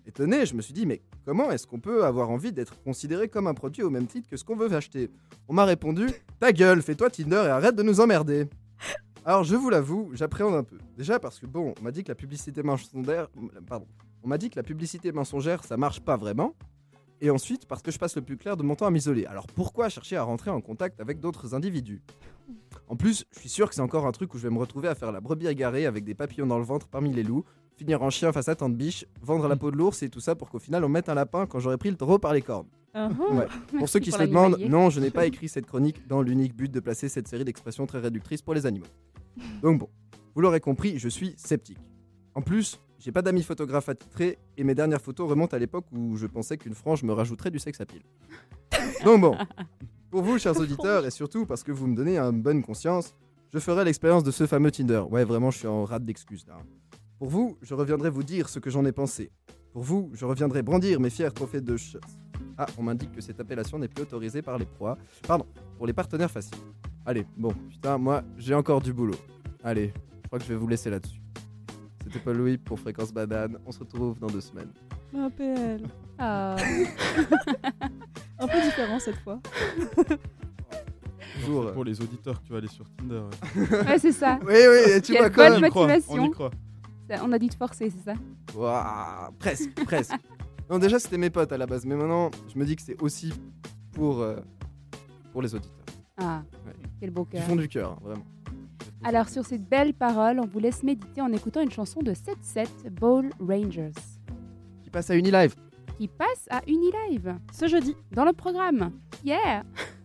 Étonné, je me suis dit, mais comment est-ce qu'on peut avoir envie d'être considéré comme un produit au même titre que ce qu'on veut acheter ? On m'a répondu, ta gueule, fais-toi Tinder et arrête de nous emmerder. Alors je vous l'avoue, j'appréhende un peu. Déjà parce que bon, on m'a dit que la publicité mensongère, pardon, on m'a dit que la publicité mensongère, ça marche pas vraiment. Et ensuite parce que je passe le plus clair de mon temps à m'isoler. Alors pourquoi chercher à rentrer en contact avec d'autres individus ? En plus, je suis sûr que c'est encore un truc où je vais me retrouver à faire la brebis égarée avec des papillons dans le ventre parmi les loups, finir en chien face à Tante Biche, vendre la peau de l'ours et tout ça pour qu'au final on mette un lapin quand j'aurais pris le taureau par les cornes. Uh-huh. Ouais. Pour ceux qui Pour se la le demandent, limailler. non, je n'ai pas écrit cette chronique dans l'unique but de placer cette série d'expressions très réductrices pour les animaux. Donc bon, vous l'aurez compris, je suis sceptique. En plus, j'ai pas d'amis photographes attitrés et mes dernières photos remontent à l'époque où je pensais qu'une frange me rajouterait du sex appeal. Donc bon, pour vous chers auditeurs et surtout parce que vous me donnez une bonne conscience, je ferai l'expérience de ce fameux Tinder. Ouais, vraiment, je suis en rate d'excuses là. Pour vous, je reviendrai vous dire ce que j'en ai pensé. Pour vous, je reviendrai brandir mes fiers trophées de chasse. Ah, on m'indique que cette appellation n'est plus autorisée par les proies. Pardon, pour les partenaires faciles. Allez, bon, putain, moi, j'ai encore du boulot. Allez, je crois que je vais vous laisser là-dessus. C'était Paul Louis pour Fréquence Banane. On se retrouve dans deux semaines. Un P L. Ah. Un peu différent cette fois. Bonjour. C'est pour les auditeurs que tu vas aller sur Tinder. Ouais, c'est ça. Oui, oui, tu Quelle vois quoi bonne On y croit, motivation. on y croit. Ça, on a dit de forcer, c'est ça. Ouah, presque, presque. Non, déjà, c'était mes potes à la base, mais maintenant, je me dis que c'est aussi pour, euh, pour les auditeurs. Ah, Ouais. quel beau Du cœur. fond du cœur, hein, vraiment. Alors, sur cette belle parole, on vous laisse méditer en écoutant une chanson de sept sept, Ball Rangers, Qui passe à Unilive. qui passe à Unilive Ce jeudi. dans le programme. Yeah.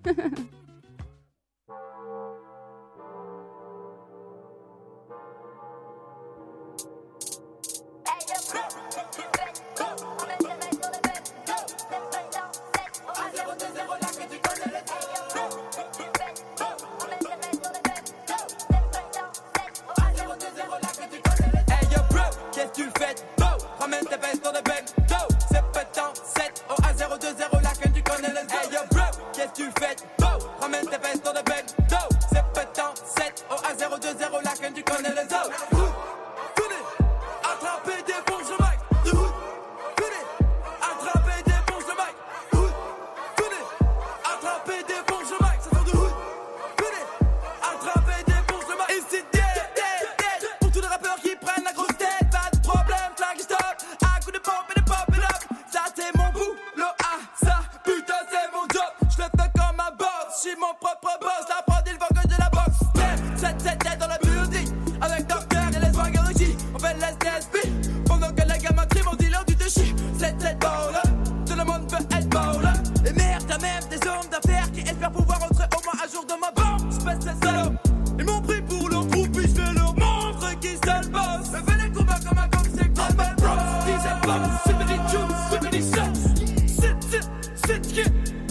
Hey yo bro, qu'est-ce que tu fais? Bo, ramène tes vestes dans le bendo. C'est pétant, sept au A zéro deux zéro, la que tu connais le zoo. Hey yo bro, qu'est-ce que tu fais? Bo, ramène tes vestes dans le bendo. C'est pétant, sept au A zéro deux zéro, la que tu connais le zoo. Tenez, attrapez des bons le mic. Tenez, attrapez des bons le mic. Tenez, attrapez des bons le mic. Ça sort de hood. Tenez, attrapez des bons le mic. Ici dead, dead, dead. Pour tous les rappeurs qui prennent la grosse tête, pas de problème, flag stop. À coup de pop et de pop it up. Ça c'est mon boulot, ah ça, putain c'est mon job. Je le fais comme un boss, je suis mon propre boss. La prod il faut que de la boxe. sept sept sept dans la musique, avec Docteur et les swagger ici. On fait les S B, pendant que les gamins triment, on dit l'heure du te chie. sept sept ball, tout le monde veut être ball. Et merde, t'as même des hommes d'affaires qui espèrent pouvoir entrer au moins un jour dans ma banque. Espèce de salaud, ils m'ont pris pour leur groupe, puis je vais leur montrer qui c'est le boss. Mais fais les combats comme un gang, c'est comme un bros. Diesel box, sippity juice, sippity shots. Sit, sit, sit, yeah.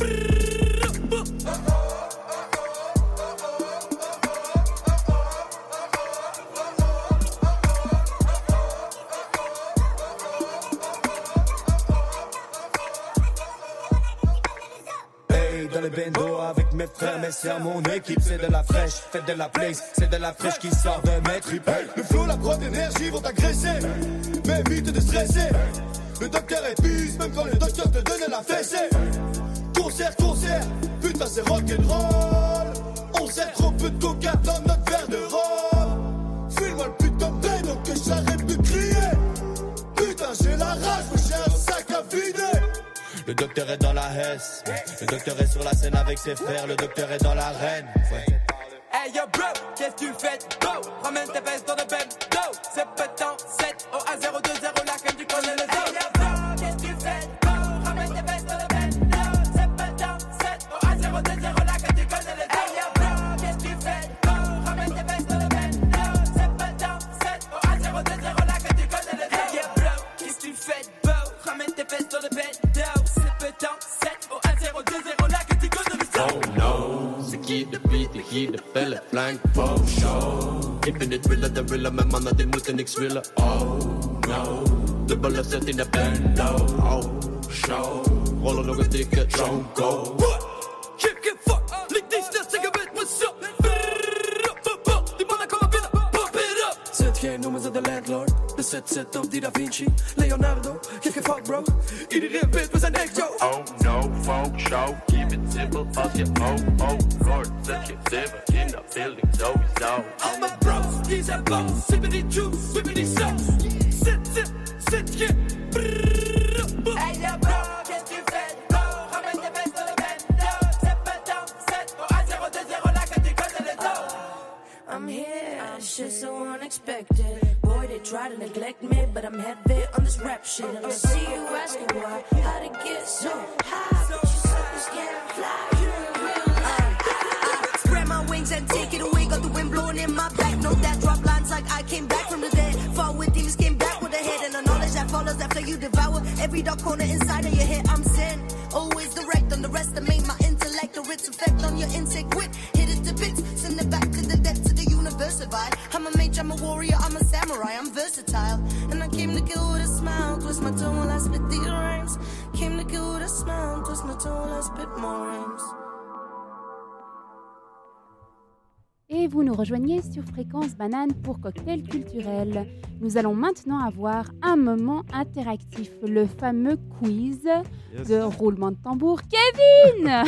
Hey, dans le bendo avec mes frères, mes sœurs, mon équipe, c'est de la fraîche, faites de la place, c'est de la fraîche qui sort de mes tripes. Hey, le flow, la prod d'énergie vont t'agresser, mais évite de stresser. Le docteur est pisse, même quand le docteur te donne la fessée. Concert, concert, putain c'est rock'n'roll. On sert trop peu de coca dans notre verre de rhum. File-moi le putain de bédo que j'arrête de crier. Putain j'ai la rage, mais j'ai un sac à vider. Le docteur est dans la hesse, le docteur est sur la scène avec ses frères, le docteur est dans l'arène. Ouais. Hey yo bro, qu'est-ce que tu fais? Bo, ramène tes vestes dans le bendo. C'est pétant, sept au A zéro deux zéro, la que tu connais le zoo. Hey yo bro, qu'est-ce que tu fais? Bo, ramène tes vestes dans le bendo. C'est pétant, sept au A zéro deux zéro, la que tu connais le zoo. Hey yo bro, qu'est-ce que tu fais? Bo, ramène tes vestes dans le bendo. C'est pétant, sept au A zéro deux zéro, la que tu connais le zoo. Hey yo bro, qu'est-ce que tu fais? Bo, ramène tes vestes dans le bendo. C'est pétant, sept au A zéro deux zéro, la que tu connais le zoo. Oh no, c'est qui the beat, the key, the fella, flank, for show. Keeping it real, the real, my man, the multi thriller. Oh no, the ball of set in the bando. Oh, show, roll on the ticket, show, go. Keep, keep, fuck, lick this, let's take a bit, what's up? Dis-moi comment bien, pop it up. Cette game Che nummers of the landlord, the set set of Di Da Vinci, Leonardo, yeah, que fuck bro, ieder real bit was an egg, yo. Oh no, folk show, keep it simple, fuck your oh, oh, Lord, such a silver in the building, so so. All my bros, these are boss, sippity juice, whippity sauce, sit, sit, sit, yeah, brrrr, hey, yeah, bro, qu'est-ce que tu fais, bro, ramène tes vestes dans le bendo, c'est pas dans sept, oh, à zéro deux zéro, là, que tu connais les dos. I'm here, shit so unexpected. Boy, they try to neglect me, but I'm heavy on this rap shit. And I see you asking why, how to get so high, but you suckers can't fly. You in real life. Spread my wings and take it away. Got the wind blowing in my back. Know that drop lines like I came back from the dead. Fought with demons, came back with a head. And the knowledge that follows after you devour every dark corner inside of your head. I'm sin, always direct on the rest of me. My intellect, or its effect on your insect wit. Hit it to bits, send it back to the depths of the universe. Divide. I'm a mage, I'm a warrior, I'm a samurai, I'm versatile. And I came to kill with a smile, twist my tongue while I spit these rhymes. Came to kill with a smile, twist my tongue while I spit more rhymes. Et vous nous rejoignez sur Fréquence Banane pour Cocktail Culturel. Nous allons maintenant avoir un moment interactif, le fameux quiz yes. de roulement de tambour. Kevin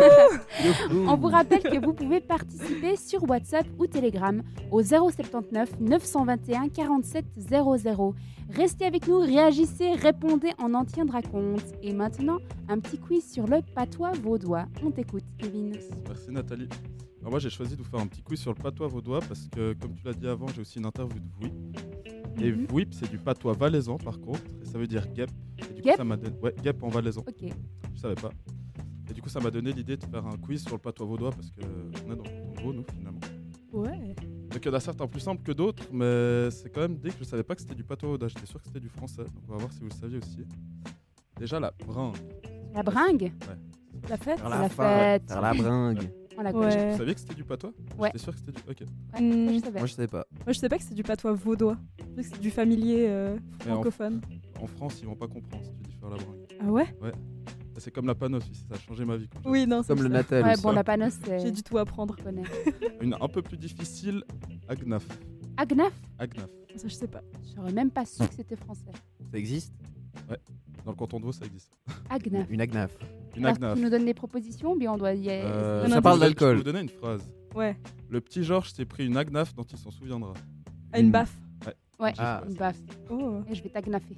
On vous rappelle que vous pouvez participer sur WhatsApp ou Telegram au zéro sept neuf neuf deux un quarante-sept zéro zéro. Restez avec nous, réagissez, répondez en entier de raconte. Et maintenant, un petit quiz sur le patois vaudois. On t'écoute, Kevin. Merci Nathalie. Alors moi j'ai choisi de vous faire un petit quiz sur le patois vaudois parce que comme tu l'as dit avant, j'ai aussi une interview de V I P. Et mm-hmm. V I P c'est du patois valaisan par contre, et ça veut dire guêpe. Et du guêpe coup, ça m'a donné... Ouais, guêpe en valaisan. Ok. Je savais pas. Et du coup ça m'a donné l'idée de faire un quiz sur le patois vaudois parce qu'on est dans le Congo nous finalement. Ouais. Donc il y en a certains plus simples que d'autres, mais c'est quand même dès que je savais pas que c'était du patois vaudois, j'étais sûr que c'était du français. Donc on va voir si vous le saviez aussi. Déjà la bringue. La bringue Ouais. La fête Faire la, la fête. Faire la bringue. Ouais. On la ouais. Vous saviez que c'était du patois? Ouais. J'étais sûr que c'était du... Ok. Ouais, mmh. ça, je savais. Moi je savais pas. Moi je sais pas que c'est du patois vaudois. Je sais que c'est du familier euh, francophone. En, en France ils vont pas comprendre si tu dis faire la bringue. Ah ouais? Ouais. C'est comme la panos, ça a changé ma vie. Quand oui, non, c'est comme le Natal. Ouais, bon, la panos, c'est... J'ai du tout à apprendre. Une un peu plus difficile, Agnaf. Agnaf Agnaf. Ça, je sais pas. J'aurais même pas su que c'était français. Ça existe? Ouais, dans le canton de Vaud, ça existe. Agnaf. Une Agnaf. Une Agnaf. Tu nous donnes des propositions, mais on doit y aller. Euh, ça parle d'alcool. Je vais vous donner une phrase. Ouais. Le petit Georges s'est pris une Agnaf dont il s'en souviendra. Ah, une baffe. Ouais. Ouais, ah. une baffe. Oh. Et je vais t'agnaffer.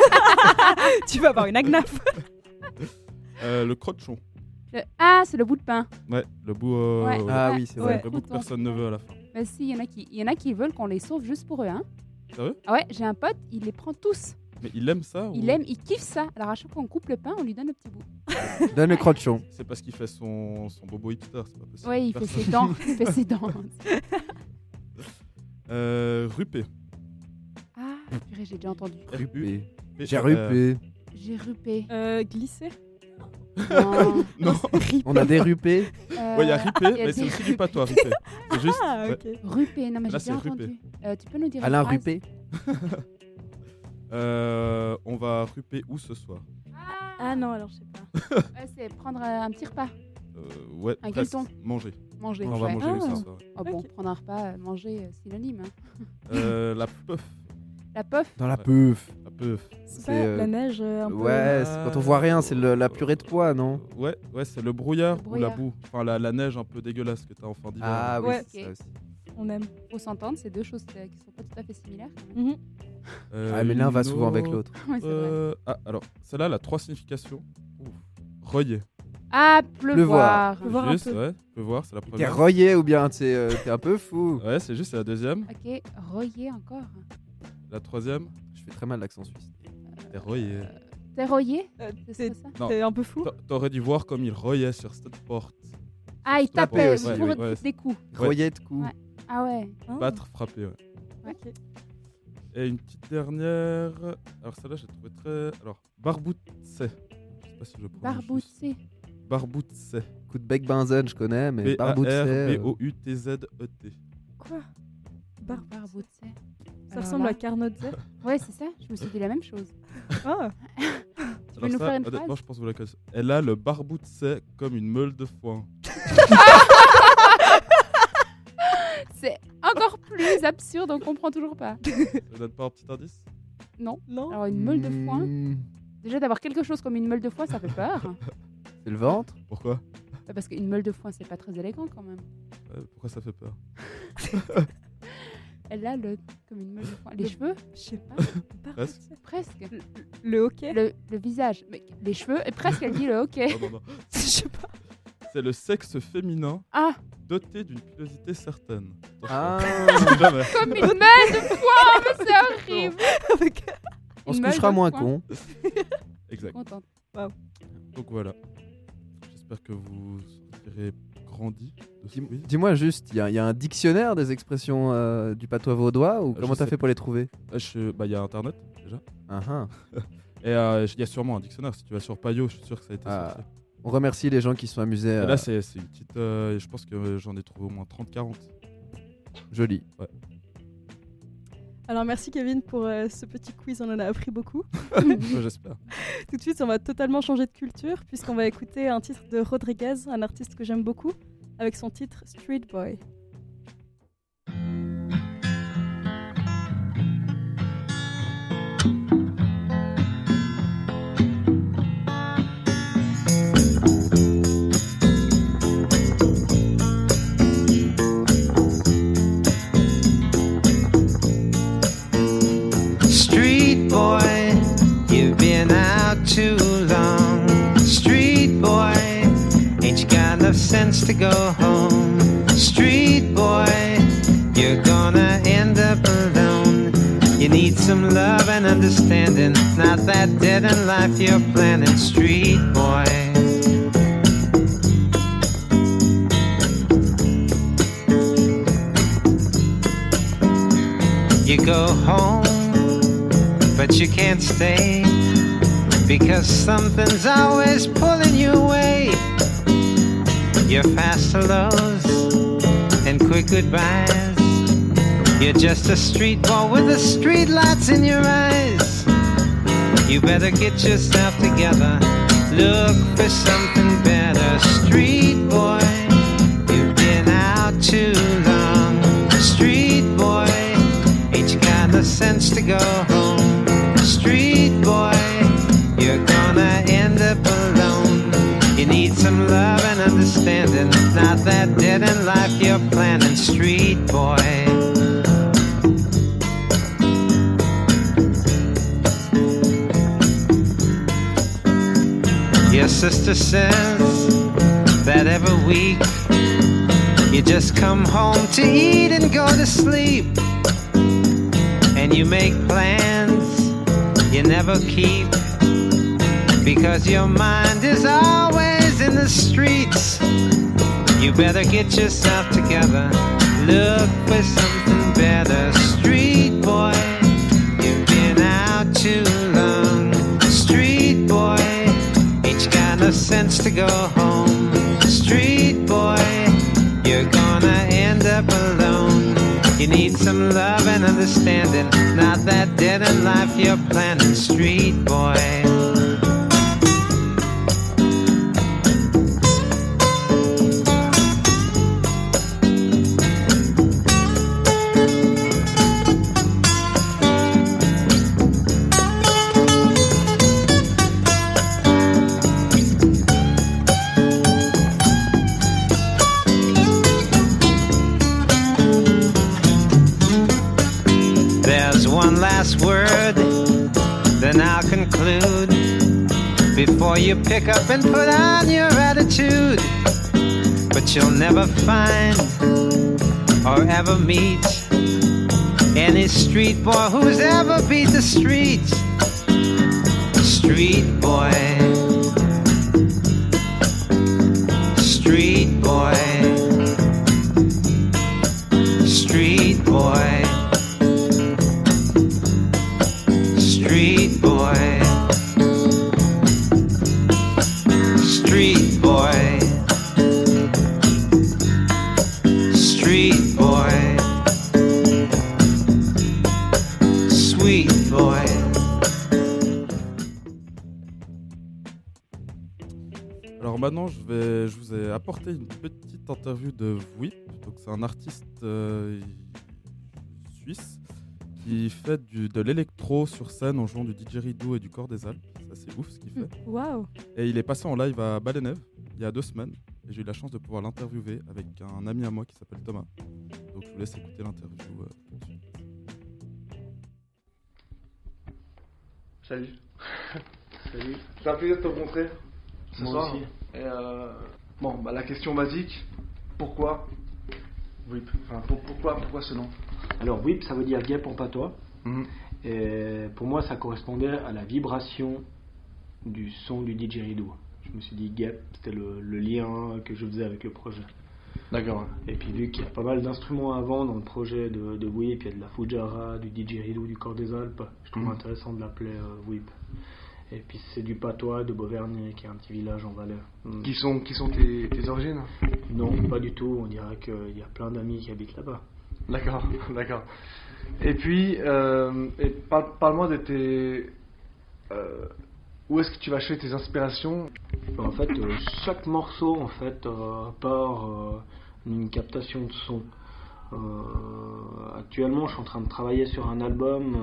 Tu vas avoir une Agnaf. Euh, le crochon. Le... Ah, c'est le bout de pain. Ouais, le bout. Euh, ouais. Ah oui, c'est vrai. Le bout que personne ne veut à la fin. Mais si, il y en a qui, il y en a qui veulent qu'on les sauve juste pour eux, hein. Sérieux? Ah ouais, j'ai un pote, il les prend tous. Mais il aime ça? Il ou... aime, il kiffe ça. Alors à chaque fois qu'on coupe le pain, on lui donne le petit bout. Donne le crochon. C'est parce qu'il fait son, son bobo hipster, c'est pas possible. Ouais, il fait ses dents. Il fait ses dents. euh, rupé. Ah, purée, j'ai déjà entendu. Rupé. J'ai rupé. J'ai rupé. Euh, glissé. Non. Non. On a des rupés. Euh, ouais, il y a rupé, mais c'est aussi rupé. Du patois, rupé. C'est juste. Ah, ok. Ouais. Rupé, non, mais Là, j'ai déjà entendu. Euh, tu peux nous dire Alain une phrase Rupé. euh, on va ruper où ce soir? Ah non, alors je sais pas. Ouais, c'est prendre euh, un petit repas. Euh, ouais, Un presque. gueuleton. Manger. Manger. On va ouais. manger Ah. où ce soir. Oh bon, Ok. prendre un repas, euh, manger, euh, synonyme. Hein. Euh, la puff. La puff. Dans la Ouais. peuf. La puff. C'est C'est, pas euh, la neige euh, un peu. Ouais, c'est quand on voit rien, c'est le- la purée de pois, non? Ouais, ouais, c'est le brouillard, Le ou la brouillard. boue. Enfin, la, la neige un peu dégueulasse que t'as en fin d'hiver. Ah oui, Ouais. c'est Ok. ça aussi. On aime. Faut s'entendre, c'est deux choses euh, qui sont pas tout à fait similaires. Mhm. Euh, Ah, mais l'un va une souvent avec autre, l'autre. Ouais, c'est vrai. euh, Ah, alors, celle-là, elle a trois significations. Ouf. Royer. Ah, pleuvoir. Pleuvoir un Juste, peu. ouais, pleuvoir, c'est la T'es première. royé ou bien t'es euh, t'es un peu fou? Ouais, c'est juste, c'est la deuxième. Ok, royer encore. La troisième, Je fais très mal l'accent suisse. t'es royer. T'es royer Euh, C'est t'es- ça Non. T'es un peu fou. T'a- T'aurais dû voir comme il royait sur cette porte. Ah, il Taper tapait aussi, pour oui, des- ouais. des coups. Ouais. Royé de coup. Ouais. Ah ouais. Ah. Battre, frapper, ouais. Ouais. Ok. Et une petite dernière. Alors celle-là, j'ai trouvé très. Alors, Barboutse. Je sais pas si je prononce. Barboussé. juste. Barboutse. Coup de bec benzen, je connais, mais B A Barboutse. euh, R B O U T Z E T. Quoi? Bar... Barboussé. Ça Alors ressemble là- à Carnot Z. Ouais, c'est ça. Je me suis dit la même chose. Ah. Tu peux Alors nous ça, faire une honnêtement, phrase je pense que vous la connaissez. Elle a le barboutse comme une meule de foin. C'est encore plus absurde, on comprend toujours pas. Ça vous donne pas un petit indice? Non. Non. Alors, une meule de foin. Mmh, Déjà, d'avoir quelque chose comme une meule de foin, ça fait peur. c'est le ventre. Pourquoi? Bah, Parce qu'une meule de foin, c'est pas très élégant quand même. Euh, Pourquoi ça fait peur? Elle a le comme une meule de foin. Les cheveux? Je sais pas. Presque. Presque. Le, le hockey. Le, le visage. Mais les cheveux, et presque, elle dit le hockey. Non, non, non. Je sais pas. C'est le sexe féminin Ah, doté d'une pilosité certaine. Ah. Jamais. comme une meule de foin, mais c'est horrible. Avec... On Une se meule couchera de moins foin. con. Exact. Contente. Donc voilà. J'espère que vous serez grandi de ce Dis- quiz. Dis-moi juste, il y, a- y a un dictionnaire des expressions euh, du patois vaudois ou Euh, comment je t'as sais fait pour les trouver? Ah, je- Bah, il y a Internet déjà. Ah, ah. Et euh, il y a sûrement un dictionnaire. Si tu vas sur Payot, je suis sûr que ça a été Ah. sorti. On remercie les gens qui se sont amusés. Et à- là, c'est c'est une petite. euh, je pense que j'en ai trouvé au moins trente quarante. Joli. Ouais. Alors merci Kevin pour euh, ce petit quiz, on en a appris beaucoup. Ouais, j'espère. Tout de suite, on va totalement changer de culture puisqu'on va écouter un titre de Rodriguez, un artiste que j'aime beaucoup, avec son titre Street Boy. Street boy, you've been out too long. Street boy, ain't you got enough sense to go home? Street boy, you're gonna end up alone. You need some love and understanding, not that dead in life you're planning. Street boy. You go home, but you can't stay, because something's always pulling you away. You're fast hellos and quick goodbyes. You're just a street boy with the street lights in your eyes. You better get yourself together, look for something better. Street boy, you've been out too long. Street boy, ain't you got the sense to go home? Street boy, you're gonna end up alone. You need some love and understanding, not that dead in life you're planning. Street boy. Your sister says that every week you just come home to eat and go to sleep, and you make plans you never keep, because your mind is always in the streets. You better get yourself together, look for something better. Street boy, you've been out too long. Street boy, ain't you got no sense to go home? Street boy, you're gonna end up alone. You need some love and understanding, not that dead in life you're planning. Street boy. There's one last word, then I'll conclude. Before you pick up and put on your attitude, but you'll never find or ever meet any street boy who's ever beat the streets. Street boy. Street boy. Street boy. Street boy. Street boy. Street boy. Sweet boy. Alors maintenant, je, vais, je vous ai apporté une petite interview de Vouip. Donc c'est un artiste euh, suisse qui fait du, de l'électro sur scène en jouant du D J Ridou et du Corps des Alpes. Ça, c'est ouf ce qu'il fait. Waouh. Et il est passé en live à Balenève il y a deux semaines. Et j'ai eu la chance de pouvoir l'interviewer avec un ami à moi qui s'appelle Thomas. Donc je vous laisse écouter l'interview euh, tout de suite. Salut. Salut. C'est un plaisir de te rencontrer ce Moi soir. aussi. Et euh, bon, bah, la question basique, pourquoi Whip enfin, pour- pourquoi, pourquoi ce nom Alors, whip, ça veut dire guêpe en patois. Mhm. Et pour moi, ça correspondait à la vibration du son du didgeridoo. Je me suis dit guêpe, c'était le, le lien que je faisais avec le projet. D'accord. Et puis, vu qu'il y a pas mal d'instruments avant dans le projet de, de whip, il y a de la fujara, du didgeridoo, du Corps des Alpes, je trouve Mhm. intéressant de l'appeler euh, whip. Et puis, c'est du patois de Beauvernier, qui est un petit village en Valais. Mm. Qui sont, qui sont tes, tes origines Non, pas du tout. On dirait qu'il y a plein d'amis qui habitent là-bas. D'accord, d'accord. Et puis, euh, et parle, parle-moi de tes... euh, où est-ce que tu vas chercher tes inspirations En fait, euh, chaque morceau en fait euh, part euh, d'une captation de son. Euh, actuellement, je suis en train de travailler sur un album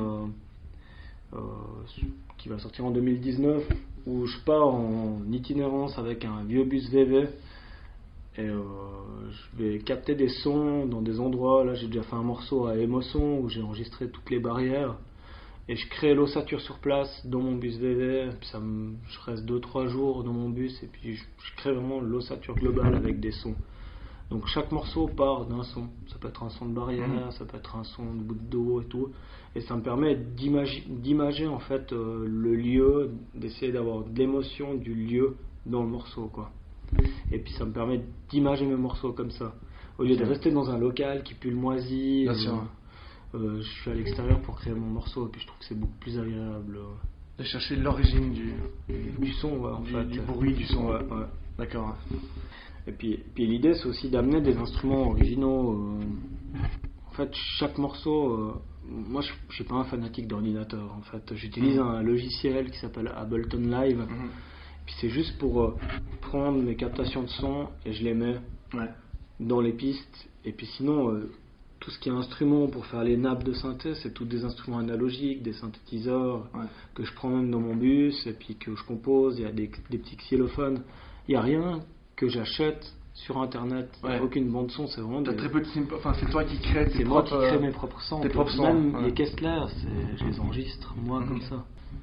euh, euh, qui va sortir en deux mille dix-neuf où je pars en itinérance avec un vieux bus V V et euh, je vais capter des sons dans des endroits. Là, j'ai déjà fait un morceau à Émosson où j'ai enregistré toutes les barrières. Et je crée l'ossature sur place dans mon bus V V, puis ça me, je reste deux trois jours dans mon bus et puis je, je crée vraiment l'ossature globale avec des sons. Donc chaque morceau part d'un son. Ça peut être un son de barrière, Mhm. ça peut être un son de bout d'eau et tout. Et ça me permet d'imagi- d'imager en fait euh, le lieu, d'essayer d'avoir de l'émotion du lieu dans le morceau, quoi. Et puis ça me permet d'imager mes morceaux comme ça. Au lieu de Ok. rester dans un local qui pue le moisi. Bien euh, sûr. euh, je suis à l'extérieur pour créer mon morceau et puis je trouve que c'est beaucoup plus agréable. euh, De chercher l'origine du, du son, ouais, en du, fait. du bruit du son. Ouais, ouais. D'accord. Et puis, puis l'idée c'est aussi d'amener des instruments originaux. euh, En fait, chaque morceau. euh, Moi, je, je suis pas un fanatique d'ordinateur. En fait, j'utilise Mhm. un logiciel qui s'appelle Ableton Live. Mhm. Puis c'est juste pour euh, prendre mes captations de son et je les mets Ouais. dans les pistes. Et puis sinon, euh, tout ce qui est instrument pour faire les nappes de synthé, c'est tous des instruments analogiques, des synthétiseurs Ouais. que je prends même dans mon bus et puis que je compose. Il y a des, des petits xylophones. Il n'y a rien que j'achète sur internet. Il n'y a Ouais. aucune bande son, c'est vraiment T'as des- très peu de simple- enfin c'est toi qui crées tes c'est moi qui propres, crée euh, mes propres sons. tes propres sons, Même ouais. les Kessler, c'est- je les enregistre moi Mhm. comme ça.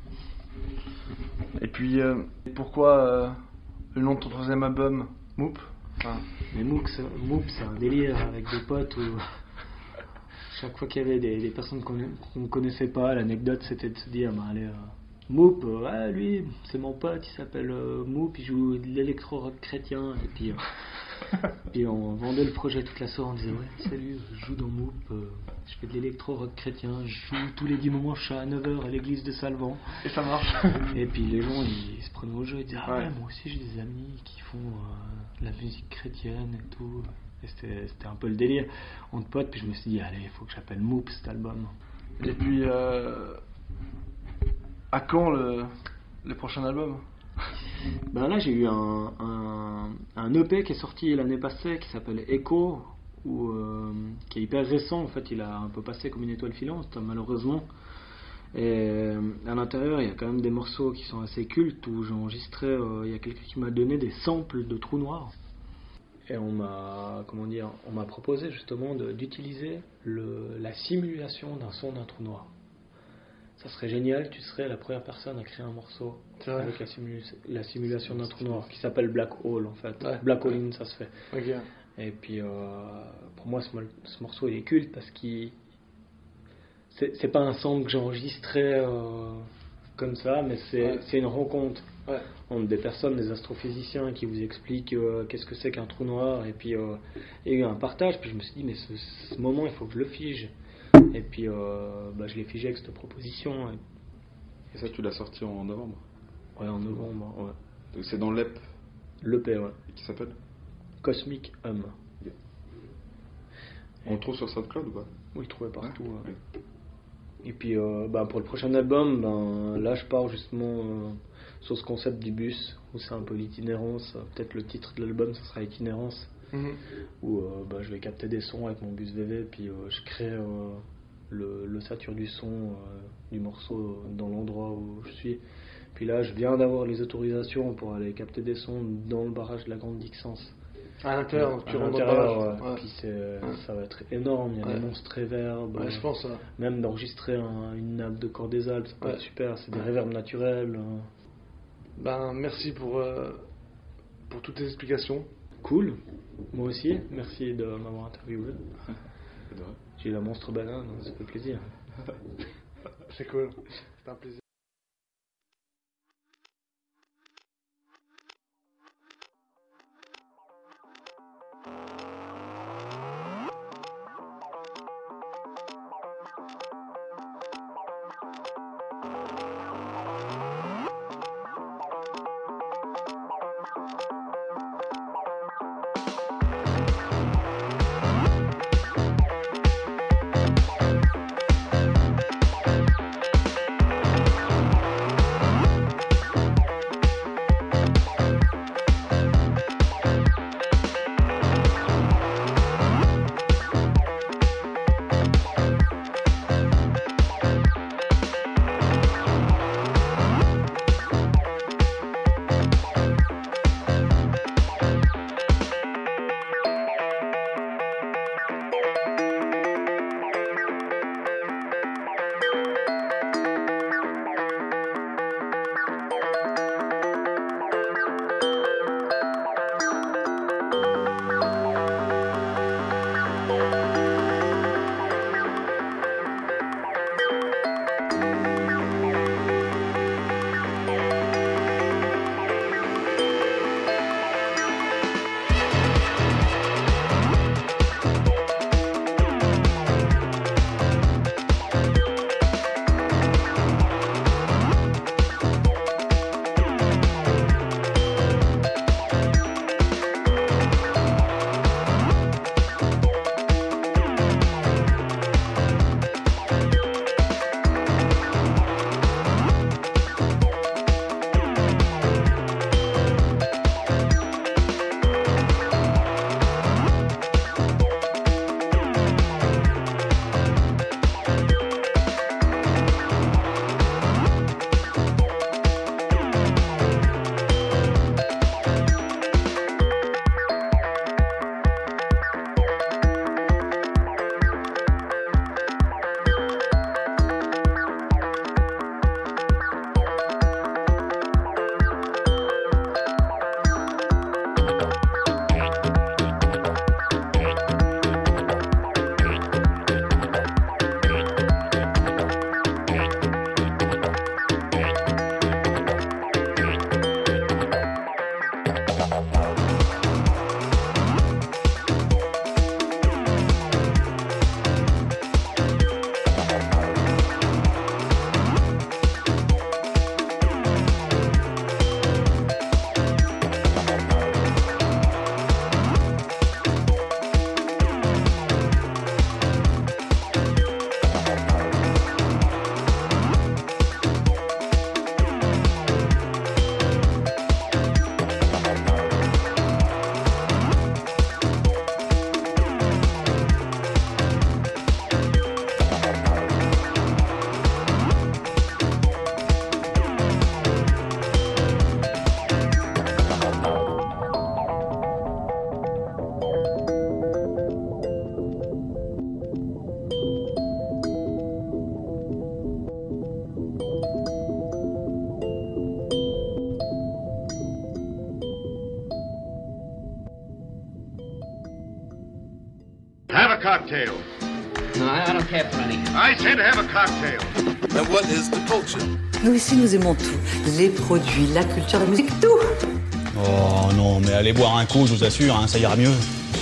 Et puis euh, pourquoi euh, le nom de ton troisième album, Moop enfin, Mais Moop, c'est, Moop, c'est un délire avec des potes où chaque fois qu'il y avait des, des personnes qu'on ne connaissait pas, l'anecdote c'était de se dire bah, allez, euh, Moop, euh, ouais, lui c'est mon pote, il s'appelle euh, Moop, il joue de l'électro-rock chrétien. Et puis, euh, puis on vendait le projet toute la soirée, on disait ouais, salut, je joue dans Moop, euh, je fais de l'électro-rock chrétien, je joue tous les dimanches à neuf heures à l'église de Salvan. Et ça marche. Et puis les gens ils, se prenaient au jeu, ils disaient ah ouais, Ouais. moi aussi j'ai des amis qui font euh, de la musique chrétienne et tout. Et c'était, c'était un peu le délire entre potes, puis je me suis dit allez, il faut que j'appelle Moop cet album. Et puis euh, à quand le, le prochain album Ben là j'ai eu un, un, un E P qui est sorti l'année passée qui s'appelle Echo, où, euh, qui est hyper récent en fait, il a un peu passé comme une étoile filante malheureusement. Et euh, à l'intérieur il y a quand même des morceaux qui sont assez cultes où j'ai enregistré, euh, il y a quelqu'un qui m'a donné des samples de Trous Noirs. Et on m'a, comment dire, on m'a proposé justement de, d'utiliser le, la simulation d'un son d'un trou noir. Ça serait génial, tu serais la première personne à créer un morceau C'est vrai. avec la, simu- la simulation d'un trou noir qui s'appelle Black Hole en fait. Ouais. Black Hole in, ça se fait. Ok. Et puis euh, pour moi ce, mo- ce morceau il est culte parce qu'il c'est, c'est pas un sample que j'ai enregistré euh, comme ça, mais c'est, Ouais. c'est une rencontre Ouais. entre des personnes, des astrophysiciens qui vous expliquent euh, qu'est-ce que c'est qu'un trou noir, et puis euh, il y a eu un partage, puis je me suis dit mais ce, ce moment il faut que je le fige, et puis euh, bah, je l'ai figé avec cette proposition. Et, Et ça, tu l'as sorti en novembre. Ouais, en novembre, ouais. Donc c'est dans l'E P. L'E P, ouais. Qui s'appelle Cosmic Hum. On le trouve sur SoundCloud ou pas? Oui, il trouvait partout. Ouais. ouais. Ouais. Et puis euh, bah, pour le prochain album, ben, là je pars justement euh, sur ce concept du bus, où c'est un peu l'itinérance. Peut-être le titre de l'album, ça sera Itinérance, Mhm. où euh, bah, je vais capter des sons avec mon bus V V, puis euh, je crée euh, le, l'ossature du son euh, du morceau dans l'endroit où je suis. Puis là, je viens d'avoir les autorisations pour aller capter des sons dans le barrage de la Grande Dixence. À l'intérieur, à tu rentres dans le l'intérieur, barrage. ouais. Ouais. Puis c'est, Ouais. ça va être énorme, il y a Ouais. des monstres réverbes. Ouais, je pense, ouais. Même d'enregistrer un- une nappe de Corps des Alpes, ça peut Ouais. être super, c'est des réverbes naturels. hein. Ben, merci pour, euh, pour toutes tes explications. Cool, moi aussi, merci de m'avoir interviewé. J'ai eu la monstre banane, ça fait plaisir. C'est cool, c'est un plaisir. Have a cocktail. No, I, I don't care for any. I said have a cocktail. And what is the culture? Nous ici, nous aimons tout. Les produits, la culture, la musique, tout. Oh non, mais allez boire un coup, je vous assure, hein, ça ira mieux.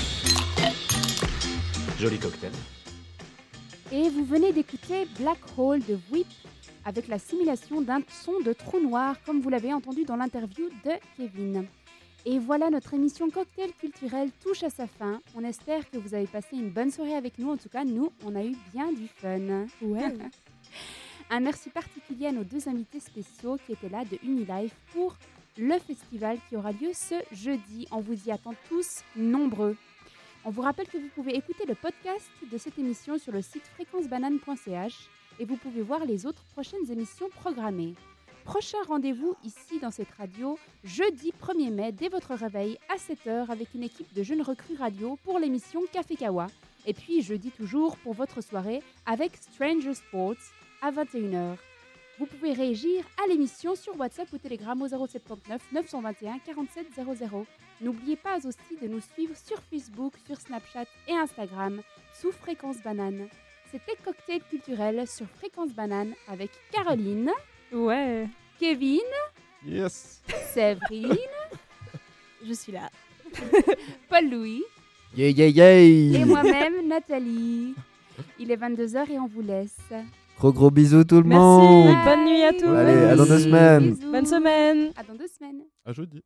Joli cocktail. Et vous venez d'écouter Black Hole de Whip avec la simulation d'un son de trou noir, comme vous l'avez entendu dans l'interview de Kevin. Et voilà, notre émission Cocktail Culturel touche à sa fin. On espère que vous avez passé une bonne soirée avec nous. En tout cas, nous, on a eu bien du fun. Ouais. Un merci particulier à nos deux invités spéciaux qui étaient là de Unilife pour le festival qui aura lieu ce jeudi. On vous y attend tous nombreux. On vous rappelle que vous pouvez écouter le podcast de cette émission sur le site fréquence banane point c h et vous pouvez voir les autres prochaines émissions programmées. Prochain rendez-vous ici dans cette radio, jeudi premier mai, dès votre réveil à sept heures avec une équipe de jeunes recrues radio pour l'émission Café Kawa. Et puis jeudi toujours pour votre soirée avec Stranger Sports à vingt et une heures. Vous pouvez réagir à l'émission sur WhatsApp ou Telegram au zéro sept neuf neuf deux un quarante-sept zéro zéro. N'oubliez pas aussi de nous suivre sur Facebook, sur Snapchat et Instagram sous Fréquence Banane. C'était Cocktail Culturel sur Fréquence Banane avec Caroline. Ouais. Kevin. Yes. Séverine. Je suis là. Paul-Louis. Yeah, yeah, yeah. Et moi-même, Nathalie. Il est vingt-deux heures et on vous laisse. Gros gros bisous tout le Merci. monde. Bye. Bonne nuit à tous. Allez, à dans deux semaines. Bisous. Bonne semaine. À dans deux semaines. À jeudi.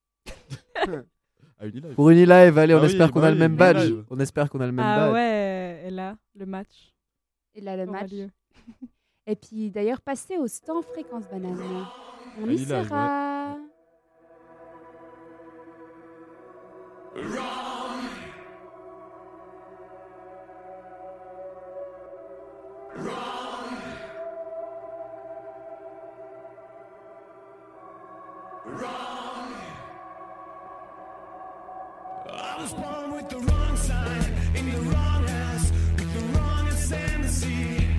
À Unilive. Pour Unilive, allez, on Ah espère oui, qu'on bah a le oui, même badge. Unilive. On espère qu'on a le même Ah badge. ouais, et là, le match. Et là, le aura match. lieu. Et puis, d'ailleurs, passez au stand Fréquence Banane. On y Unilive, sera. I was born with the wrong sign, in the wrong house, with the wrong ascendancy.